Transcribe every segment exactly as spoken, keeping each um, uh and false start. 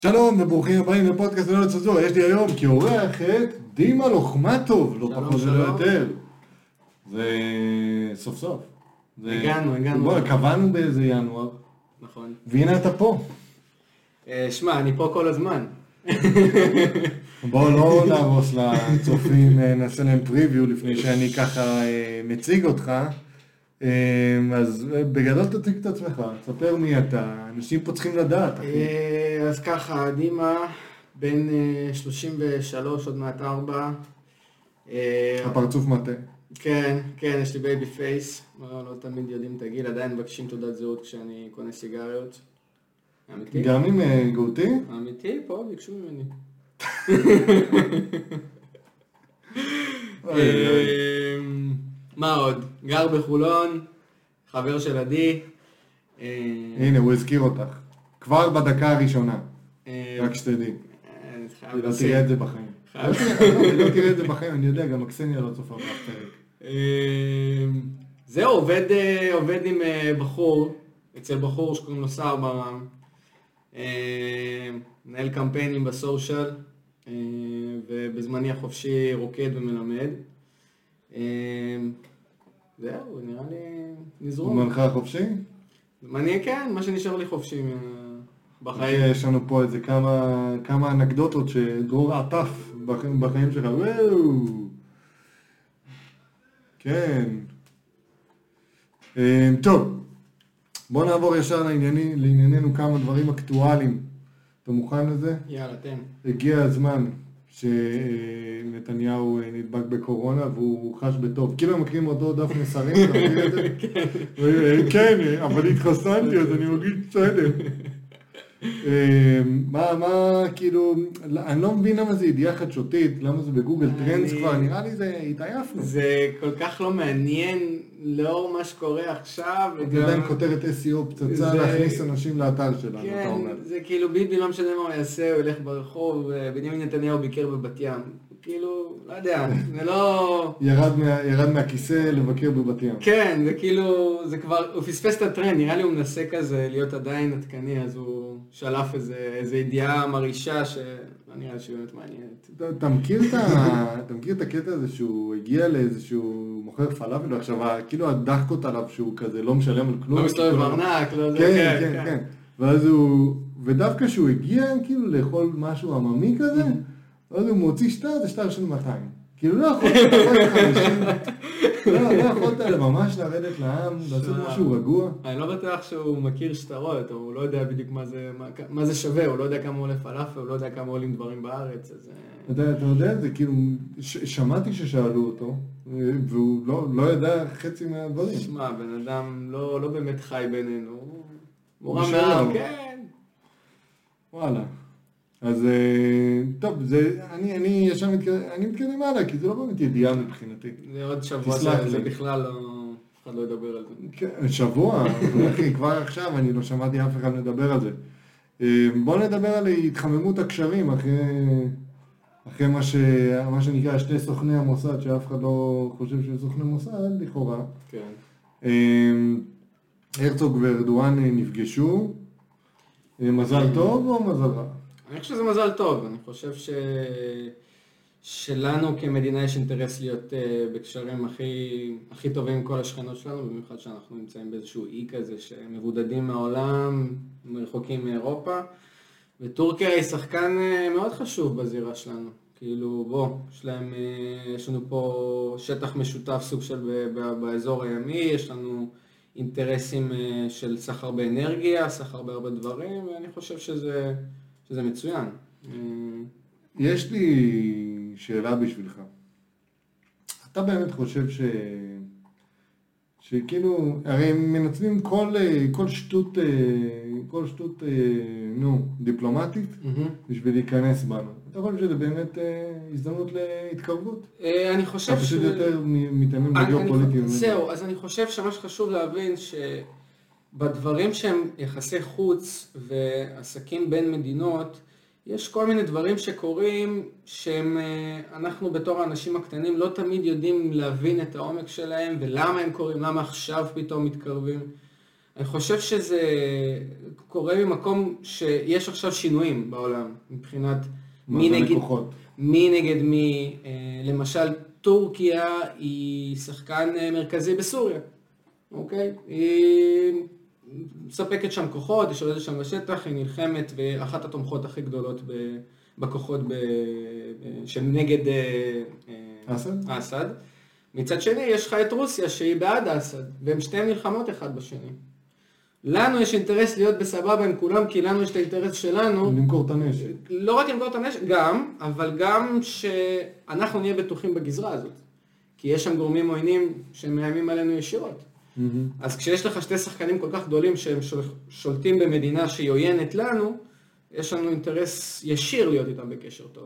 שלום וברוכים הבאים לפודקאסט ללא צנזורה. יש לי היום כאורח את דימה לוחמטוב, לא פחות ולא יותר. זה סוף סוף. הגענו, הגענו. בוא, קבענו באיזה ינואר. נכון. והנה אתה פה. שמע, אני פה כל הזמן. בואו לא נהרוס לצופים, נעשה להם פריוויו לפני שאני ככה מציג אותך. אז בגדול תציג את עצמך, תספר מי אתה, אנשים פה צריכים לדעת. אז ככה, דימה, בן שלושים ושלוש, עוד מעט ארבע. הפרצוף מטה. כן, כן, יש לי בייבי פייס, לא תמיד יודעים את הגיל, עדיין מבקשים תעודת זהות כשאני קונה סיגריות. אמיתי? גם עם גאותי? אמיתי, פה ביקשו ממני. מה עוד? גר בחולון, חבר של עדי. הנה, הוא הזכיר אותך. כבר בדקה הראשונה. רק שתדעי. לא תראה את זה בחיים. לא תראה את זה בחיים, אני יודע, גם אקסניה לא צופה בפרק. זהו, עובד עם בחור, אצל בחור שקוראים לו סער ברם. מנהל קמפיינים בסושיאל, ובזמני החופשי רוקד ומלמד. זהו, נראה לי נזרום. זמנך החופשי? זמני כן, מה שנשאר לי חופשי בחיים. יש לנו פה איזה כמה, כמה אנקדוטות שדרור עטף בחיים שלך. וואו! כן. טוב, בוא נעבור ישר לענייני, לענייננו כמה דברים אקטואליים. אתה מוכן לזה? יאללה, תן. הגיע הזמן שנתניהו נדבק בקורונה והוא חש בטוב. כאילו הם מכירים אותו דף מסרים, אתה מכיר את זה? כן, אבל התחסנתי אז אני מרגיש בסדר. מה, מה, כאילו, אני לא מבין למה זה ידיעה חדשותית, למה זה בגוגל טרנדס כבר, נראה לי זה התעייפנו. זה כל כך לא מעניין לאור מה שקורה עכשיו. זה עדיין כותרת אס אי או פצצה להכניס אנשים לאתר שלנו, אתה אומר. כן, זה כאילו ביבי לא משנה מה הוא יעשה, הוא ילך ברחוב, בנימין נתניהו ביקר בבת ים. כאילו, לא יודע, זה לא... ירד מהכיסא לבקר בבת ים. כן, זה כאילו, זה כבר, הוא פספס את הטרנד, נראה לי הוא מנסה כזה להיות עדיין עדכני, אז הוא שלף איזה ידיעה מרעישה שנראה לי שהיא באמת מעניינת. אתה מכיר את הקטע הזה שהוא הגיע לאיזשהו מוכר פלאפל, ועכשיו כאילו הדחקות עליו שהוא כזה לא משלם על כלום. לא מסתובב ארנק, לא זה, כן, כן, כן. ואז הוא, ודווקא שהוא הגיע כאילו לאכול משהו עממי כזה, אז הוא מוציא שטר, זה שטר של מאתיים. כאילו לא יכולת, לא יכולת ממש לרדת לעם, לעשות משהו רגוע. אני לא בטוח שהוא מכיר שטרות, הוא לא יודע בדיוק מה זה שווה, הוא לא יודע כמה עולה פלאפל, הוא לא יודע כמה עולים דברים בארץ. אתה יודע, זה כאילו, שמעתי ששאלו אותו, והוא לא ידע חצי מהדברים. שמע, בן אדם לא באמת חי בינינו, הוא רם מהעם, כן. וואלה. אז טוב, זה, אני, אני ישר מתקדם, אני מתקדם הלאה, כי זה לא באמת ידיעה מבחינתי. זה עוד שבוע, זה, זה בכלל לא, אף אחד לא ידבר על זה. כן, שבוע, אחי, כבר עכשיו אני לא שמעתי אף אחד לדבר על זה. בוא נדבר על התחממות הקשרים, אחרי, אחרי מה, ש, מה שנקרא שני סוכני המוסד, שאף אחד לא חושב שזה סוכני מוסד, לכאורה. כן. הרצוג וארדואן נפגשו, מזל טוב או מזל רע? אני חושב שזה מזל טוב, אני חושב ש... שלנו כמדינה יש אינטרס להיות uh, בקשרים הכי, הכי טובים עם כל השכנות שלנו, במיוחד שאנחנו נמצאים באיזשהו אי כזה שמבודדים מהעולם, רחוקים מאירופה, וטורקיה היא שחקן uh, מאוד חשוב בזירה שלנו. כאילו בוא, יש להם, uh, יש לנו פה שטח משותף סוג של ב- ב- באזור הימי, יש לנו אינטרסים uh, של סחר באנרגיה, סחר בהרבה דברים, ואני חושב שזה... שזה מצוין. יש לי שאלה בשבילך. אתה באמת חושב ש... שכאילו, הרי הם מנצלים כל, כל שטות, כל שטות, נו, דיפלומטית, בשביל להיכנס בנו. אתה חושב שזה באמת הזדמנות להתקרבות? אני חושב ש... אתה פשוט יותר מתאמן בגיאופוליטיים. זהו, אז אני חושב שמה שחשוב להבין שבדברים שהם יחסי חוץ ועסקים בין מדינות, יש כל מיני דברים שקורים שהם, אנחנו בתור האנשים הקטנים לא תמיד יודעים להבין את העומק שלהם ולמה הם קורים, למה עכשיו פתאום מתקרבים. אני חושב שזה קורה ממקום שיש עכשיו שינויים בעולם, מבחינת מי נגד, מי נגד מי, למשל טורקיה היא שחקן מרכזי בסוריה, אוקיי? היא מספקת שם כוחות, היא שולטת שם בשטח, היא נלחמת ואחת התומכות הכי גדולות בכוחות שנגד אסד. אסד. מצד שני יש לך את רוסיה שהיא בעד אסד, והם שתי מלחמות אחד בשני. לנו יש אינטרס להיות בסבבה עם כולם, כי לנו יש את האינטרס שלנו. למכור את הנשק. לא רק למכור את הנשק, גם, אבל גם שאנחנו נהיה בטוחים בגזרה הזאת. כי יש שם גורמים עוינים שמאיימים עלינו ישירות. Mm-hmm. אז כשיש לך שתי שחקנים כל כך גדולים שהם שולטים במדינה שהיא עוינת לנו, יש לנו אינטרס ישיר להיות איתם בקשר טוב.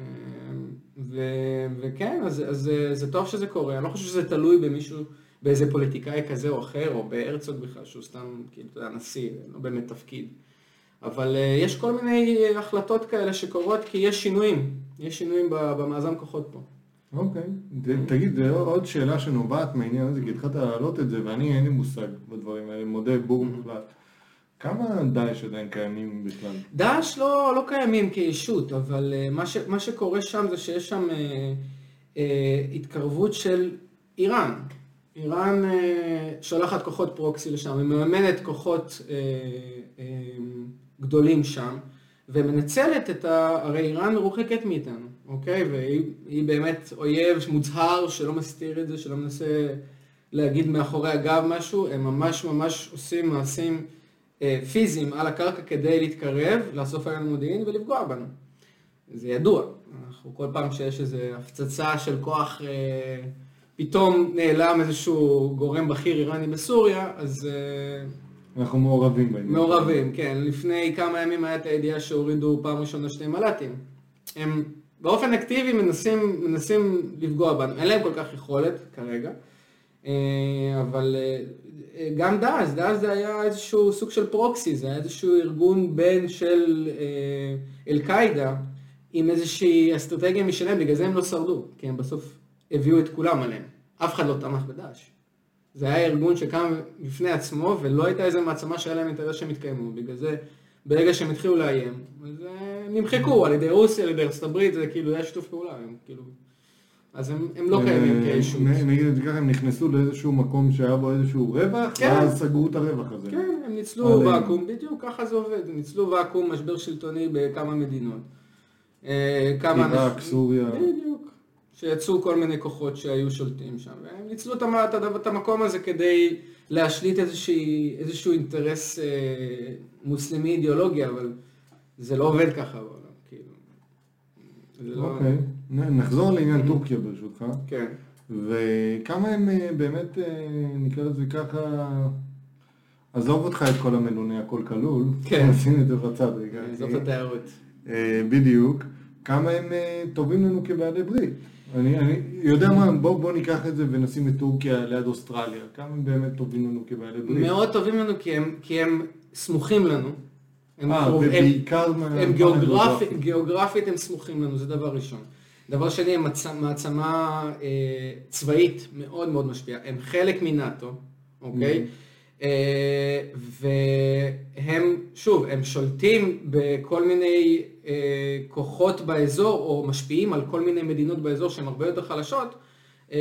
ו- וכן, אז, אז זה, זה טוב שזה קורה. אני לא חושב שזה תלוי במישהו, באיזה פוליטיקאי כזה או אחר, או בהרצוג בכלל, שהוא סתם, כאילו, אתה יודע, נשיא, לא באמת תפקיד. אבל uh, יש כל מיני החלטות כאלה שקורות, כי יש שינויים. יש שינויים במאזן כוחות פה. אוקיי. תגיד, זה עוד שאלה שנובעת מהעניין הזה, כי התחלת להעלות את זה, ואני אין לי מושג בדברים האלה, מודה בור מוחלט. כמה דאעש עדיין קיימים בכלל? דאעש לא, לא קיימים כישות, אבל uh, מה, ש, מה שקורה שם זה שיש שם uh, uh, התקרבות של איראן. איראן uh, שולחת כוחות פרוקסי לשם, היא מממנת כוחות uh, uh, גדולים שם, ומנצלת את ה... הרי איראן מרוחקת מאיתנו, אוקיי? והיא באמת אויב מוצהר שלא מסתיר את זה, שלא מנסה להגיד מאחורי הגב משהו, הם ממש ממש עושים מעשים פיזיים על הקרקע כדי להתקרב, לאסוף עלינו מודיעין ולפגוע בנו. זה ידוע. אנחנו כל פעם שיש איזו הפצצה של כוח, פתאום נעלם איזשהו גורם בכיר איראני בסוריה, אז... אנחנו מעורבים בהם. מעורבים, כן. לפני כמה ימים היה את הידיעה שהורידו פעם ראשונה שתי מל"טים. הם באופן אקטיבי מנסים, מנסים לפגוע בנו. אין להם כל כך יכולת כרגע, אבל גם דאעש, דאעש זה היה איזשהו סוג של פרוקסי, זה היה איזשהו ארגון בין של אל-קאידה, עם איזושהי אסטרטגיה משלהם, בגלל זה הם לא שרדו, כי הם בסוף הביאו את כולם עליהם. אף אחד לא תמך בדאעש. זה היה ארגון שקם בפני עצמו, ולא הייתה איזו מעצמה שהיה להם אינטרס שהם התקיימו. בגלל זה, ברגע שהם התחילו לאיים, אז הם נמחקו על ידי רוסיה, על ידי ארצות הברית, זה כאילו, היה שיתוף פעולה, הם כאילו... אז הם, הם לא קיימים כאישות. נגיד את זה ככה, הם נכנסו לאיזשהו מקום שהיה בו איזשהו רווח, כן. ואז סגרו את הרווח הזה. כן, הם ניצלו ואקום, בדיוק ככה זה עובד, הם ניצלו ואקום, משבר שלטוני בכמה מדינות. עיראק, סוריה. בדיוק. שיצאו כל מיני כוחות שהיו שולטים שם, והם ניצלו את המקום הזה כדי להשליט איזושהי, איזשהו אינטרס אה, מוסלמי אידיאולוגי, אבל זה לא עובד ככה בעולם, כאילו. אוקיי, לא... נחזור לעניין mm-hmm. טורקיה ברשותך. כן. וכמה הם באמת, נקרא לזה ככה, עזוב אותך את כל המלוני, הכל כלול. כן. נשים את זה בצד רגע. זאת התיירות. בדיוק. כמה הם טובים לנו כבעלי ברית. אני, אני יודע מה, בוא, בוא ניקח את זה ונשים את טורקיה ליד אוסטרליה. כמה הם באמת טובים לנו כבעלי ברית? מאוד טובים לנו כי הם, כי הם סמוכים לנו. הם, אה, ובעיקר הם, הם גיאוגרפית, גיאוגרפית הם סמוכים לנו, זה דבר ראשון. דבר שני, הם מעצמה אה, צבאית מאוד מאוד משפיעה. הם חלק מנאטו, אוקיי? Mm-hmm. אה, והם, שוב, הם שולטים בכל מיני אה, כוחות באזור, או משפיעים על כל מיני מדינות באזור שהן הרבה יותר חלשות, אה,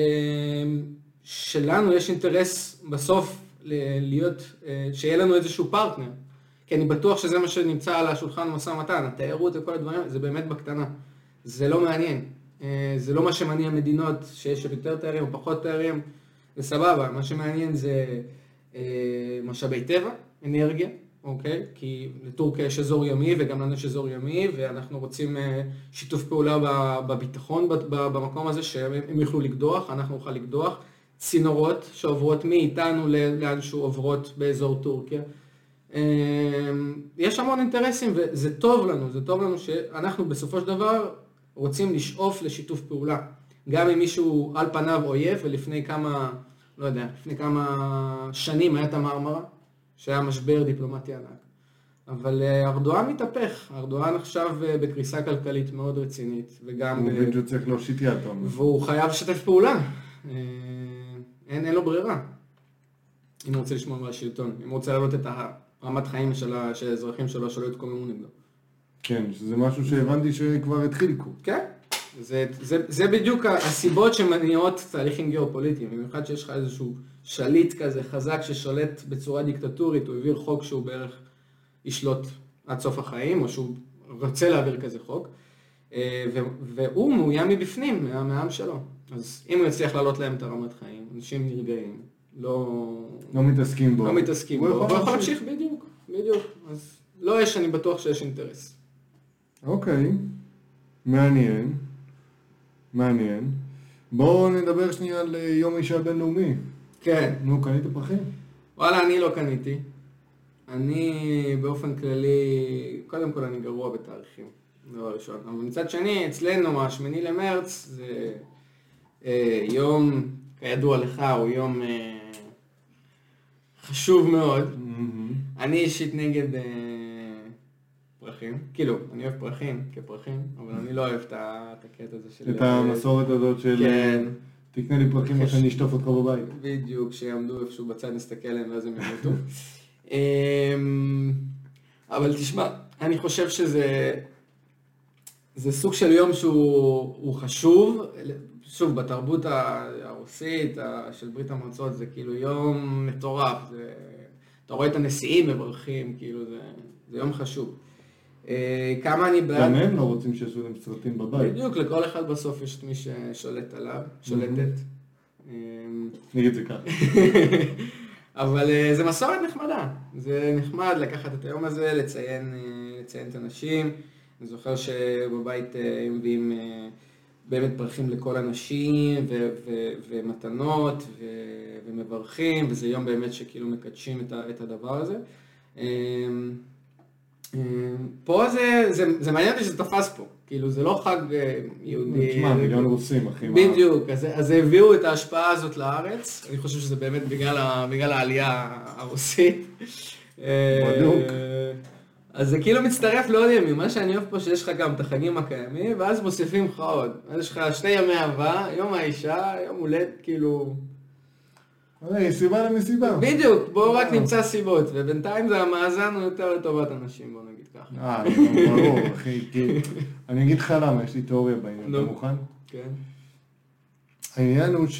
שלנו יש אינטרס בסוף להיות, אה, שיהיה לנו איזשהו פרטנר. כי אני בטוח שזה מה שנמצא על השולחן משא ומתן, התיירות וכל הדברים, זה באמת בקטנה. זה לא מעניין. זה לא מה שמעניין מדינות שיש יותר תיירים או פחות תיירים, זה סבבה. מה שמעניין זה משאבי טבע, אנרגיה, אוקיי? כי לטורקיה יש אזור ימי וגם לנו יש אזור ימי, ואנחנו רוצים שיתוף פעולה בביטחון במקום הזה, שהם יוכלו לקדוח, אנחנו נוכל לקדוח. צינורות שעוברות מאיתנו לאן שעוברות באזור טורקיה. יש המון אינטרסים וזה טוב לנו, זה טוב לנו שאנחנו בסופו של דבר רוצים לשאוף לשיתוף פעולה. גם אם מישהו על פניו אויב, ולפני כמה, לא יודע, לפני כמה שנים היה את המרמרה, שהיה משבר דיפלומטי ענק. אבל ארדואן מתהפך, ארדואן עכשיו בקריסה כלכלית מאוד רצינית, וגם... הוא מבין שהוא צריך להושיט יד. והוא חייב לשתף פעולה, אין, אין לו ברירה. אם הוא רוצה לשמור על השלטון, אם הוא רוצה להעלות את הרמת חיים של האזרחים שלו, שלא יתקוממו נגדו. כן, שזה משהו שהבנתי שכבר התחיל לקרות. כן, זה, זה, זה בדיוק הסיבות שמניעות תהליכים גיאופוליטיים, במיוחד שיש לך איזשהו שליט כזה חזק ששולט בצורה דיקטטורית, הוא העביר חוק שהוא בערך ישלוט עד סוף החיים, או שהוא רוצה להעביר כזה חוק, והוא מאוים מבפנים, מהעם שלו. אז אם הוא יצליח להעלות להם את הרמת חיים, אנשים נרגעים, לא... לא מתעסקים בו. לא מתעסקים בו, הוא יכול להמשיך בדיוק, בדיוק. אז לא יש, אני בטוח שיש אינטרס. אוקיי, מעניין, מעניין. בואו נדבר שנייה על יום האישה הבינלאומי. כן. נו, קנית פרחים? וואלה, אני לא קניתי. אני באופן כללי, קודם כל אני גרוע בתאריכים, דבר ראשון. אבל מצד שני, אצלנו, השמיני למרץ, זה אה, יום, כידוע לך, הוא יום אה, חשוב מאוד. Mm-hmm. אני אישית נגד... אה, פרחים, כאילו, אני אוהב פרחים כפרחים, אבל אני לא אוהב את הקטע הזה של... את המסורת הזאת של... כן. תקנה לי פרחים מה שאני אשטוף אותך בבית. בדיוק, שיעמדו איפשהו בצד, נסתכל עליהם ואז הם ימותו. אבל תשמע, אני חושב שזה... זה סוג של יום שהוא חשוב, שוב, בתרבות הרוסית של ברית המועצות זה כאילו יום מטורף, אתה רואה את הנשיאים מברכים, כאילו זה יום חשוב. כמה אני בעד... גם הם לא רוצים שיעשו להם סרטים בבית. בדיוק, לכל אחד בסוף יש את מי ששולט עליו, שולטת. נגיד זה ככה. אבל זה מסורת נחמדה. זה נחמד לקחת את היום הזה, לציין, לציין את הנשים. אני זוכר שבבית הם מביאים באמת פרחים לכל הנשים, ו- ו- ומתנות, ו- ומברכים, וזה יום באמת שכאילו מקדשים את, ה- את הדבר הזה. פה זה, זה, זה מעניין אותי שזה תפס פה, כאילו זה לא חג יהודי. תשמע, מיליון רוסים, אחי. בדיוק, אז, אז הביאו את ההשפעה הזאת לארץ, אני חושב שזה באמת בגלל, ה, בגלל העלייה הרוסית. בדיוק. אז זה כאילו מצטרף לעוד ימים, מה שאני אוהב פה שיש לך גם את החגים הקיימים, ואז מוסיפים לך עוד. אז יש לך שני ימי אהבה, יום האישה, יום הולד, כאילו... הרי, סיבה למסיבה. בדיוק, בואו רק נמצא סיבות, ובינתיים זה המאזן הוא יותר לטובת אנשים, בואו נגיד ככה. אה, ברור, אחי, אני אגיד לך למה, יש לי תיאוריה בעניין, אתה מוכן? כן. העניין הוא ש...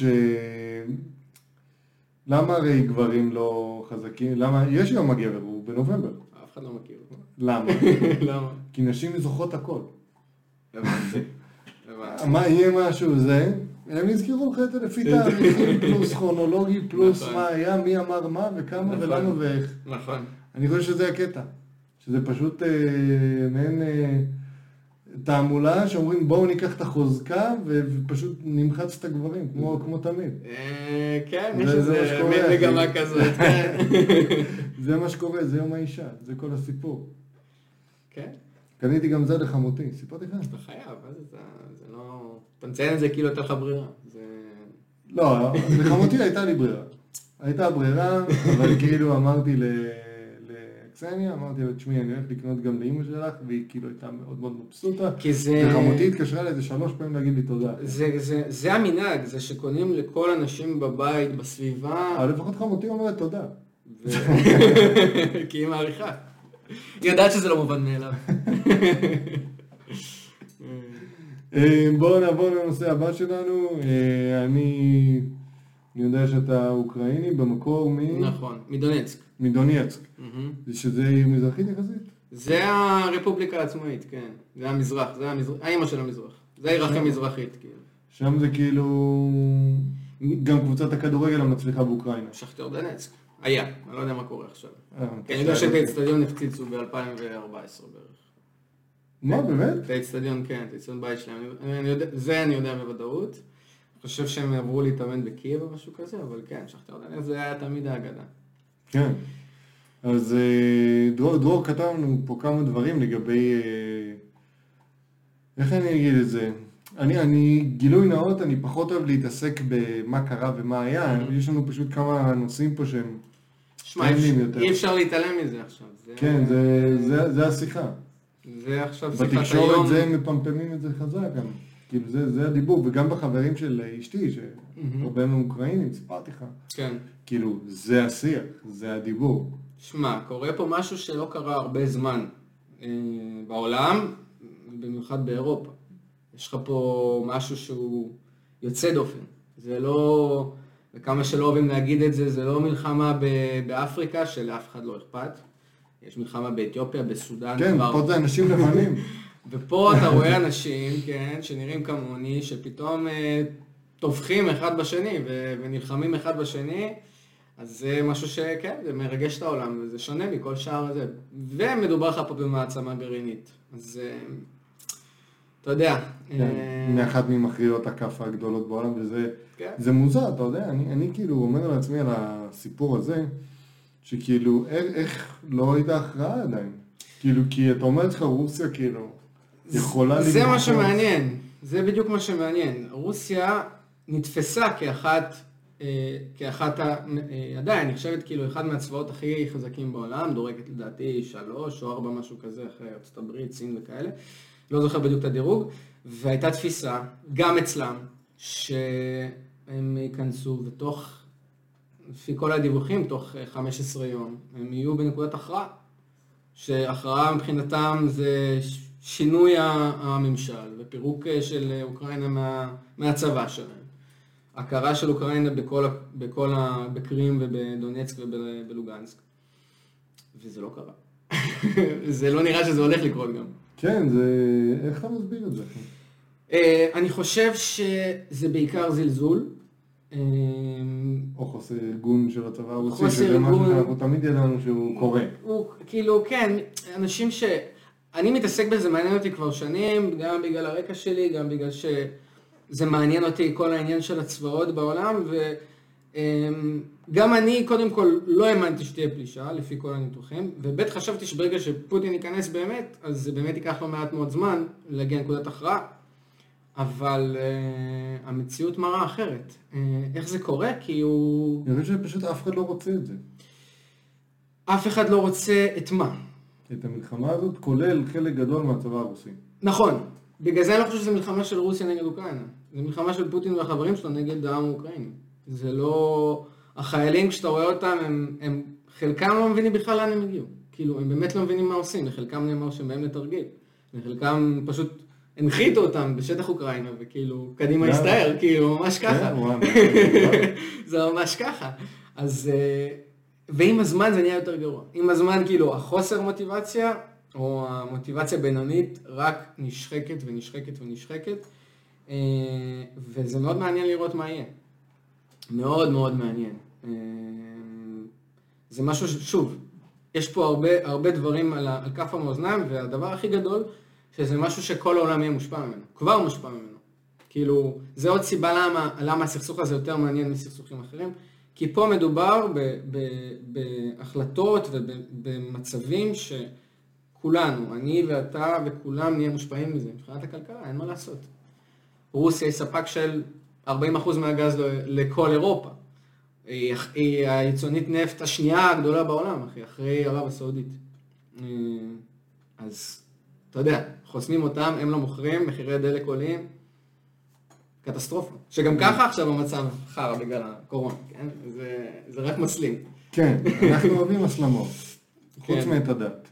למה הרי גברים לא חזקים? למה? יש יום הגבר, הוא בנובמבר. אף אחד לא מכיר אותו. למה? למה? כי נשים זוכות הכל. הבנתי. מה יהיה משהו זה? הם יזכירו לך את זה לפי תאריכים, פלוס כרונולוגי, פלוס מה היה, מי אמר מה וכמה ולמה ואיך. נכון. אני חושב שזה הקטע. שזה פשוט מעין תעמולה שאומרים בואו ניקח את החוזקה ופשוט נמחץ את הגברים, כמו תמיד. כן, יש איזה מגמה כזאת. זה מה שקורה, זה יום האישה, זה כל הסיפור. כן. קניתי גם זה לחמותי, סיפרתי לך? אתה חייב, אז זה לא... אתה מציין את זה כאילו יותר לך ברירה. לא, לחמותי הייתה לי ברירה. הייתה ברירה, אבל כאילו אמרתי לקסניה, אמרתי לה, תשמעי, אני הולך לקנות גם לאמא שלך, והיא כאילו הייתה מאוד מאוד מבסוטה. וחמותי התקשרה לאיזה שלוש פעמים להגיד לי תודה. זה המנהג, זה שקונים לכל אנשים בבית, בסביבה. אבל לפחות חמותי אומרת תודה. כי היא מעריכה. היא יודעת שזה לא מובן מאליו. בואו נעבור לנושא הבא שלנו. אני יודע שאתה אוקראיני במקור מ... נכון, מדונייצק. מדונייצק. שזה עיר מזרחית יחסית? זה הרפובליקה העצמאית, כן. זה המזרח, זה האמא של המזרח. זה העיר הכי מזרחית, כאילו. שם זה כאילו... גם קבוצת הכדורגל המצליחה באוקראינה. שכתר דונייצק. היה, אני לא יודע מה קורה עכשיו. אני יודע שאת האצטדיון הפציצו ב-אלפיים וארבע עשרה בערך. מה, באמת? את האצטדיון, כן, את האצטדיון בית שלהם. זה אני יודע בוודאות. אני חושב שהם עברו להתאמן בקייב או משהו כזה, אבל כן, שכתר דונייצק זה היה תמיד האגדה. כן. אז דרור כתב לנו פה כמה דברים לגבי... איך אני אגיד את זה? אני, אני, גילוי נאות, אני פחות אוהב להתעסק במה קרה ומה היה, יש לנו פשוט כמה נושאים פה שהם טעימים יותר. אי אפשר להתעלם מזה עכשיו. כן, זה, זה, זה השיחה. זה עכשיו שיחת היום. בתקשורת זה מפמפמים את זה חזק גם. כאילו זה, זה הדיבור, וגם בחברים של אשתי, שהרבה מהם אוקראינים, סיפרתי לך. כן. כאילו, זה השיח, זה הדיבור. שמע, קורה פה משהו שלא קרה הרבה זמן אה, בעולם, במיוחד באירופה. יש לך פה משהו שהוא יוצא דופן. זה לא, וכמה שלא אוהבים להגיד את זה, זה לא מלחמה באפריקה שלאף אחד לא אכפת. יש מלחמה באתיופיה, בסודאן. כן, כבר... פה זה אנשים לבנים. ופה אתה רואה אנשים, כן, שנראים כמוני, שפתאום אה, טובחים אחד בשני ו- ונלחמים אחד בשני. אז זה משהו שכן, זה מרגש את העולם, וזה שונה מכל שאר הזה. ומדובר לך פה במעצמה גרעינית. אז אתה יודע. מאחת ממכריעות הכף הגדולות בעולם, וזה זה מוזר, אתה יודע, אני, אני כאילו אומר לעצמי על הסיפור הזה, שכאילו, איך לא הייתה הכרעה עדיין? כאילו, כי אתה אומר לך, רוסיה כאילו, יכולה... זה מה שמעניין, זה בדיוק מה שמעניין. רוסיה נתפסה כאחת... כאחת, עדיין, אני חושבת כאילו אחד מהצבאות הכי חזקים בעולם, דורגת לדעתי שלוש או ארבע משהו כזה, אחרי ארצות הברית, סין וכאלה, לא זוכר בדיוק את הדירוג, והייתה תפיסה, גם אצלם, שהם ייכנסו ותוך, לפי כל הדיווחים, תוך חמישה עשר יום, הם יהיו בנקודת הכרעה, שהכרעה מבחינתם זה שינוי הממשל ופירוק של אוקראינה מה, מהצבא שלהם. הכרה של אוקראינה בכל, בכל ה... בקרים ובדונייצק ובלוגנסק. וזה לא קרה. זה לא נראה שזה הולך לקרות גם. כן, זה... איך אתה מסביר את זה? אני חושב שזה בעיקר זלזול. או חוסר ארגון של הצבא הרוסי, שזה משהו שאנחנו תמיד ידענו שהוא קורה. הוא, כאילו, כן, אנשים ש... אני מתעסק בזה, מעניין אותי כבר שנים, גם בגלל הרקע שלי, גם בגלל ש... זה מעניין אותי כל העניין של הצבאות בעולם, וגם אני קודם כל לא האמנתי שתהיה פלישה, לפי כל הניתוחים, ובית חשבתי שברגע שפוטין ייכנס באמת, אז זה באמת ייקח לו מעט מאוד זמן להגיע נקודת הכרעה, אבל uh, המציאות מראה אחרת. Uh, איך זה קורה? כי הוא... אני חושב שפשוט אף אחד לא רוצה את זה. אף אחד לא רוצה את מה? את המלחמה הזאת, כולל חלק גדול מהצבא הרוסי. נכון. בגלל זה אני לא חושב שזו מלחמה של רוסיה נגד אוקראינה. זו מלחמה של פוטין והחברים שלו נגד העם האוקראיני. זה לא... החיילים, כשאתה רואה אותם, הם, הם חלקם לא מבינים בכלל לאן הם הגיעו. כאילו, הם באמת לא מבינים מה עושים. לחלקם נאמר שהם באים לתרגיל. לחלקם פשוט הנחיתו אותם בשטח אוקראינה, וכאילו, קדימה הסתער, כאילו, ממש ככה. זה ממש ככה. אז... ועם הזמן זה נהיה יותר גרוע. עם הזמן, כאילו, החוסר מוטיבציה... או המוטיבציה בינונית רק נשחקת ונשחקת ונשחקת, וזה מאוד מעניין לראות מה יהיה. מאוד מאוד מעניין. זה משהו ששוב, יש פה הרבה, הרבה דברים על, על כף המאזניים, והדבר הכי גדול, שזה משהו שכל העולם יהיה מושפע ממנו, כבר מושפע ממנו. כאילו, זה עוד סיבה למה, למה הסכסוך הזה יותר מעניין מסכסוכים אחרים, כי פה מדובר ב, ב, בהחלטות ובמצבים ש... כולנו, אני ואתה וכולם נהיה מושפעים מזה. מבחינת הכלכלה, אין מה לעשות. רוסיה היא ספק של ארבעים אחוז מהגז לכל אירופה. היא, היא היצואנית נפט השנייה הגדולה בעולם, אחי, אחרי ערב הסעודית. אז, אתה יודע, חוסמים אותם, הם לא מוכרים, מחירי דלק עולים, קטסטרופה. שגם ככה עכשיו המצב חרא בגלל הקורונה, כן? זה, זה רק מסלים. כן, אנחנו אוהבים הסלמות, חוץ מאת הדת.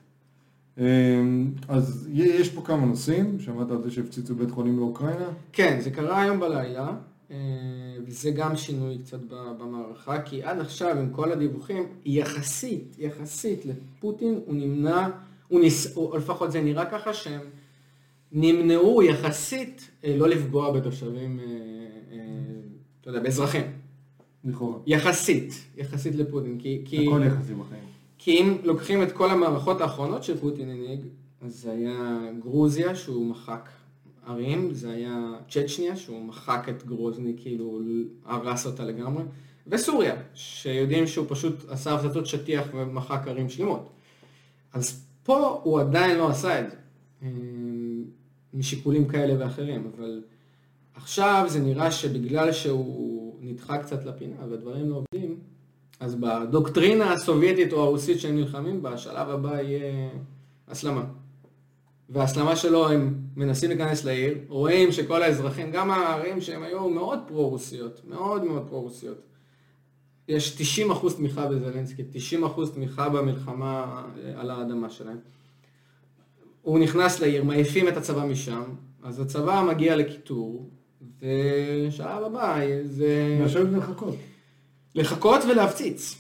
אז יש פה כמה נושאים, שמעת על זה שהפציצו בית חולים באוקראינה? כן, זה קרה היום בלילה, וזה גם שינוי קצת במערכה, כי עד עכשיו עם כל הדיווחים, יחסית, יחסית לפוטין הוא נמנע, הוא ניס, או לפחות זה נראה ככה שהם נמנעו יחסית לא לפגוע בתושבים, אתה יודע, באזרחים. לכאורה. יחסית, יחסית לפוטין, כי... כי... הכל יחסי בחיים. כי אם לוקחים את כל המערכות האחרונות של פוטין הנהיג, אז זה היה גרוזיה שהוא מחק ערים, זה היה צ'צ'ניה שהוא מחק את גרוזני, כאילו הרס אותה לגמרי, וסוריה, שיודעים שהוא פשוט עשה הפצצות שטיח ומחק ערים שלמות. אז פה הוא עדיין לא עשה את זה, משיקולים כאלה ואחרים, אבל עכשיו זה נראה שבגלל שהוא נדחה קצת לפינה והדברים לא עובדים, אז בדוקטרינה הסובייטית או הרוסית שהם נלחמים בה, השלב הבא יהיה הסלמה. וההסלמה שלו הם מנסים להיכנס לעיר, רואים שכל האזרחים, גם הערים שהם היו מאוד פרו-רוסיות, מאוד מאוד פרו-רוסיות. יש תשעים אחוז תמיכה בזלנסקי, תשעים אחוז תמיכה במלחמה על האדמה שלהם. הוא נכנס לעיר, מעיפים את הצבא משם, אז הצבא מגיע לכיתור, ושלב הבא זה... לשבת ולחכות. לחכות ולהפציץ.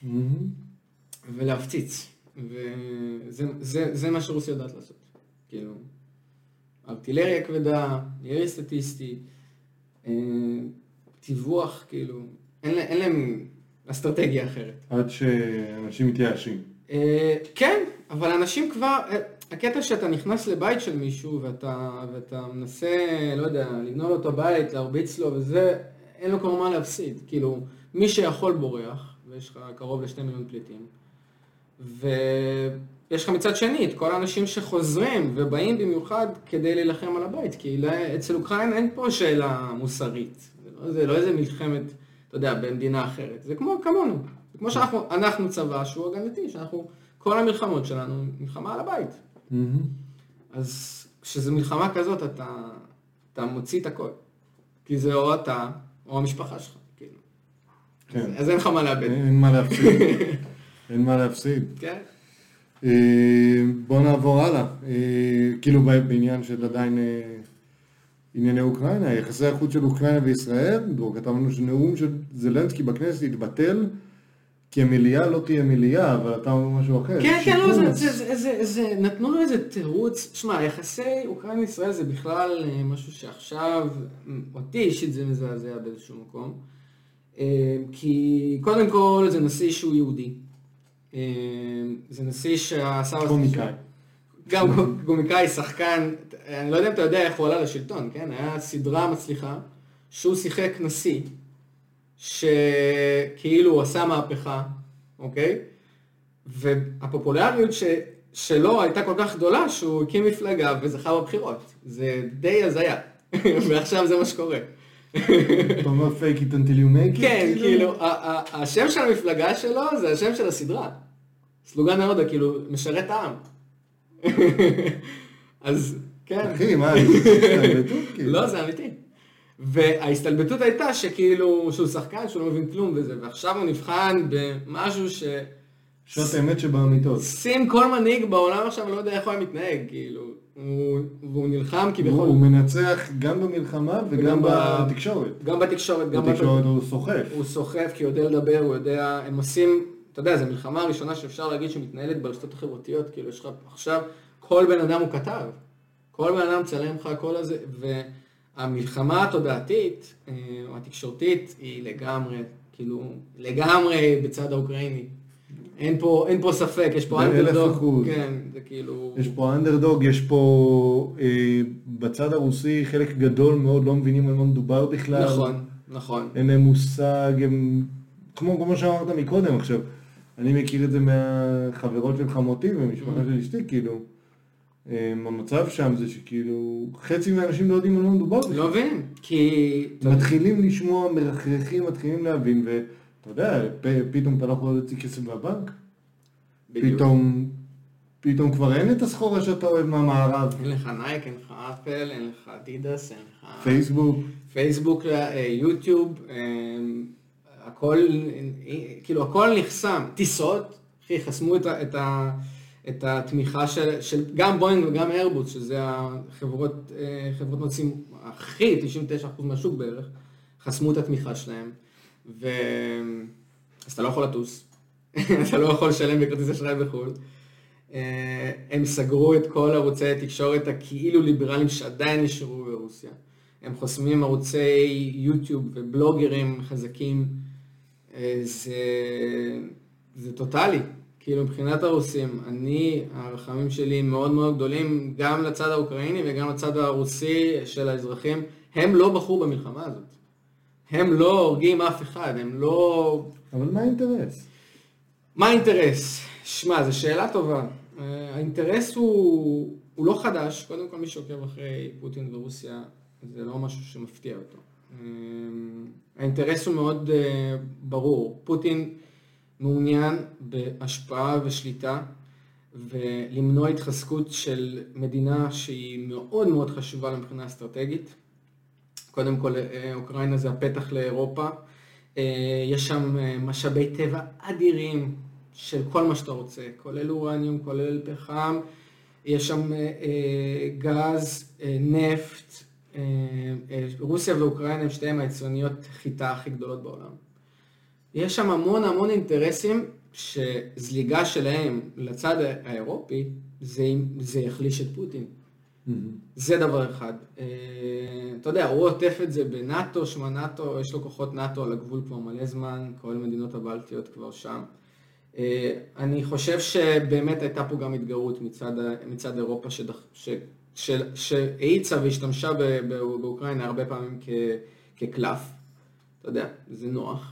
ולהפציץ. וזה זה, זה מה שרוסיה יודעת לעשות. כאילו, ארטילריה כבדה, ירי סטטיסטי, טיווח, כאילו, אין, אין להם אסטרטגיה אחרת. עד שאנשים מתייאשים. כן, אבל אנשים כבר, הקטע שאתה נכנס לבית של מישהו ואתה, ואתה מנסה, לא יודע, לגנוב לו את הבית, להרביץ לו וזה, אין לו כבר מה להפסיד. כאילו, מי שיכול בורח, ויש לך קרוב לשתי מיליון פליטים, ויש לך מצד שני את כל האנשים שחוזרים ובאים במיוחד כדי להילחם על הבית, כי אצל אוקראינה אין פה שאלה מוסרית, זה לא איזה מלחמת, אתה יודע, במדינה אחרת, זה כמו כמונו, זה כמו שאנחנו, אנחנו צבא שהוא הגנתי, שאנחנו, כל המלחמות שלנו מלחמה על הבית. אז כשזו מלחמה כזאת אתה, אתה מוציא את הכל, כי זה או אתה או המשפחה שלך, כאילו. כן. אז אין לך מה לאבד. אין מה להפסיד. אין מה להפסיד. כן. בוא נעבור הלאה. כאילו בעניין של עדיין ענייני אוקראינה, יחסי החוץ של אוקראינה וישראל, דרור כתב לנו שנאום של זלנסקי בכנסת יתבטל, כי המליאה לא תהיה מליאה, אבל אתה אומר משהו אחר. כן, כן, לא, זה, זה, זה, זה, נתנו לו איזה תירוץ. שמע, יחסי אוקראינה וישראל זה בכלל משהו שעכשיו, אותי אישית זה מזעזע באיזשהו מקום. כי קודם כל זה נשיא שהוא יהודי. זה נשיא שעשה... קומיקאי. גם קומיקאי, שחקן, אני לא יודע אם אתה יודע איך הוא עלה לשלטון, כן? היה סדרה מצליחה שהוא שיחק נשיא, שכאילו הוא עשה מהפכה, אוקיי? והפופולריות ש... שלו הייתה כל כך גדולה שהוא הקים מפלגה וזכה בבחירות. זה די הזיה, ועכשיו זה מה שקורה. אתה אומר fake it until you make it? כן, כאילו, השם של המפלגה שלו זה השם של הסדרה. סלוגן נרודה, כאילו, משרת העם. אז, כן. אחי, מה, זה הסתלבטות? לא, זה אמיתי. וההסתלבטות הייתה שכאילו, שהוא שחקן, שהוא לא מבין כלום וזה, ועכשיו הוא נבחן במשהו ש... שעת האמת שבאמיתות. שים כל מנהיג בעולם עכשיו, לא יודע איך הוא היה מתנהג, כאילו. והוא נלחם כביכול. הוא מנצח גם במלחמה וגם בתקשורת. גם בתקשורת. בתקשורת הוא סוחף. הוא סוחף כי הוא יודע לדבר, הוא יודע, הם עושים, אתה יודע, זו מלחמה הראשונה שאפשר להגיד שמתנהלת ברשתות החברתיות, כאילו יש לך עכשיו, כל בן אדם הוא כתב. כל בן אדם צלם לך, כל הזה, והמלחמה התודעתית, או התקשורתית, היא לגמרי, כאילו, לגמרי בצד האוקראיני. אין פה, אין פה ספק, יש פה אנדרדוג, כן, זה כאילו... יש פה אנדרדוג, יש פה אה, בצד הרוסי חלק גדול מאוד לא מבינים על מה מדובר בכלל. נכון, נכון. אין להם מושג, הם, כמו, כמו שאמרת מקודם עכשיו, אני מכיר את זה מהחברות של חמותי ומשפחה של אשתי, כאילו, אה, המצב שם זה שכאילו חצי מהאנשים לא יודעים על מה מדובר בכלל. לא מבינים, כי... מתחילים לשמוע, מרחרחים, מתחילים להבין ו... אתה יודע, פתאום אתה לא יכול להוציא כסף מהבנק, פתאום, פתאום כבר אין את הסחורה שאתה אוהב מהמערב. אין לך נייק, אין לך אפל, אין לך אדידס, אין לך... פייסבוק. פייסבוק, יוטיוב, הכל, כאילו הכל נחסם. טיסות, אחי, חסמו את, את, את התמיכה של, של גם בוינג וגם איירבוס, שזה החברות, חברות נוסעים הכי, תשעים ותשעה אחוז מהשוק בערך, חסמו את התמיכה שלהם. ו... אז אתה לא יכול לטוס, אתה לא יכול לשלם בכרטיס אשראי בחו"ל. הם סגרו את כל ערוצי התקשורת הכאילו ליברליים שעדיין נשארו ברוסיה. הם חוסמים ערוצי יוטיוב ובלוגרים חזקים. זה, זה טוטלי. כאילו מבחינת הרוסים, אני, הרחמים שלי מאוד מאוד גדולים, גם לצד האוקראיני וגם לצד הרוסי של האזרחים, הם לא בחרו במלחמה הזאת. הם לא הורגים אף אחד, הם לא... אבל מה האינטרס? מה האינטרס? שמע, זו שאלה טובה. האינטרס הוא, הוא לא חדש, קודם כל מי שעוקב אחרי פוטין ורוסיה, זה לא משהו שמפתיע אותו. האינטרס הוא מאוד ברור. פוטין מעוניין בהשפעה ושליטה, ולמנוע התחזקות של מדינה שהיא מאוד מאוד חשובה מבחינה אסטרטגית. קודם כל, אוקראינה זה הפתח לאירופה. יש שם משאבי טבע אדירים של כל מה שאתה רוצה, כולל אורניום, כולל פחם. יש שם גז, נפט. רוסיה ואוקראינה הם שתיהן היצרניות חיטה הכי גדולות בעולם. יש שם המון המון אינטרסים שזליגה שלהם לצד האירופי, זה, זה יחליש את פוטין. Mm-hmm. זה דבר אחד. אתה יודע, הוא עוטף את זה בנאטו, שמה נאטו, יש לו כוחות נאטו על הגבול כבר מלא זמן, כל מדינות הבלטיות כבר שם. אני חושב שבאמת הייתה פה גם התגרות מצד, מצד אירופה שדח, ש, ש, שהאיצה והשתמשה באוקראינה הרבה פעמים כ, כקלף. אתה יודע, זה נוח.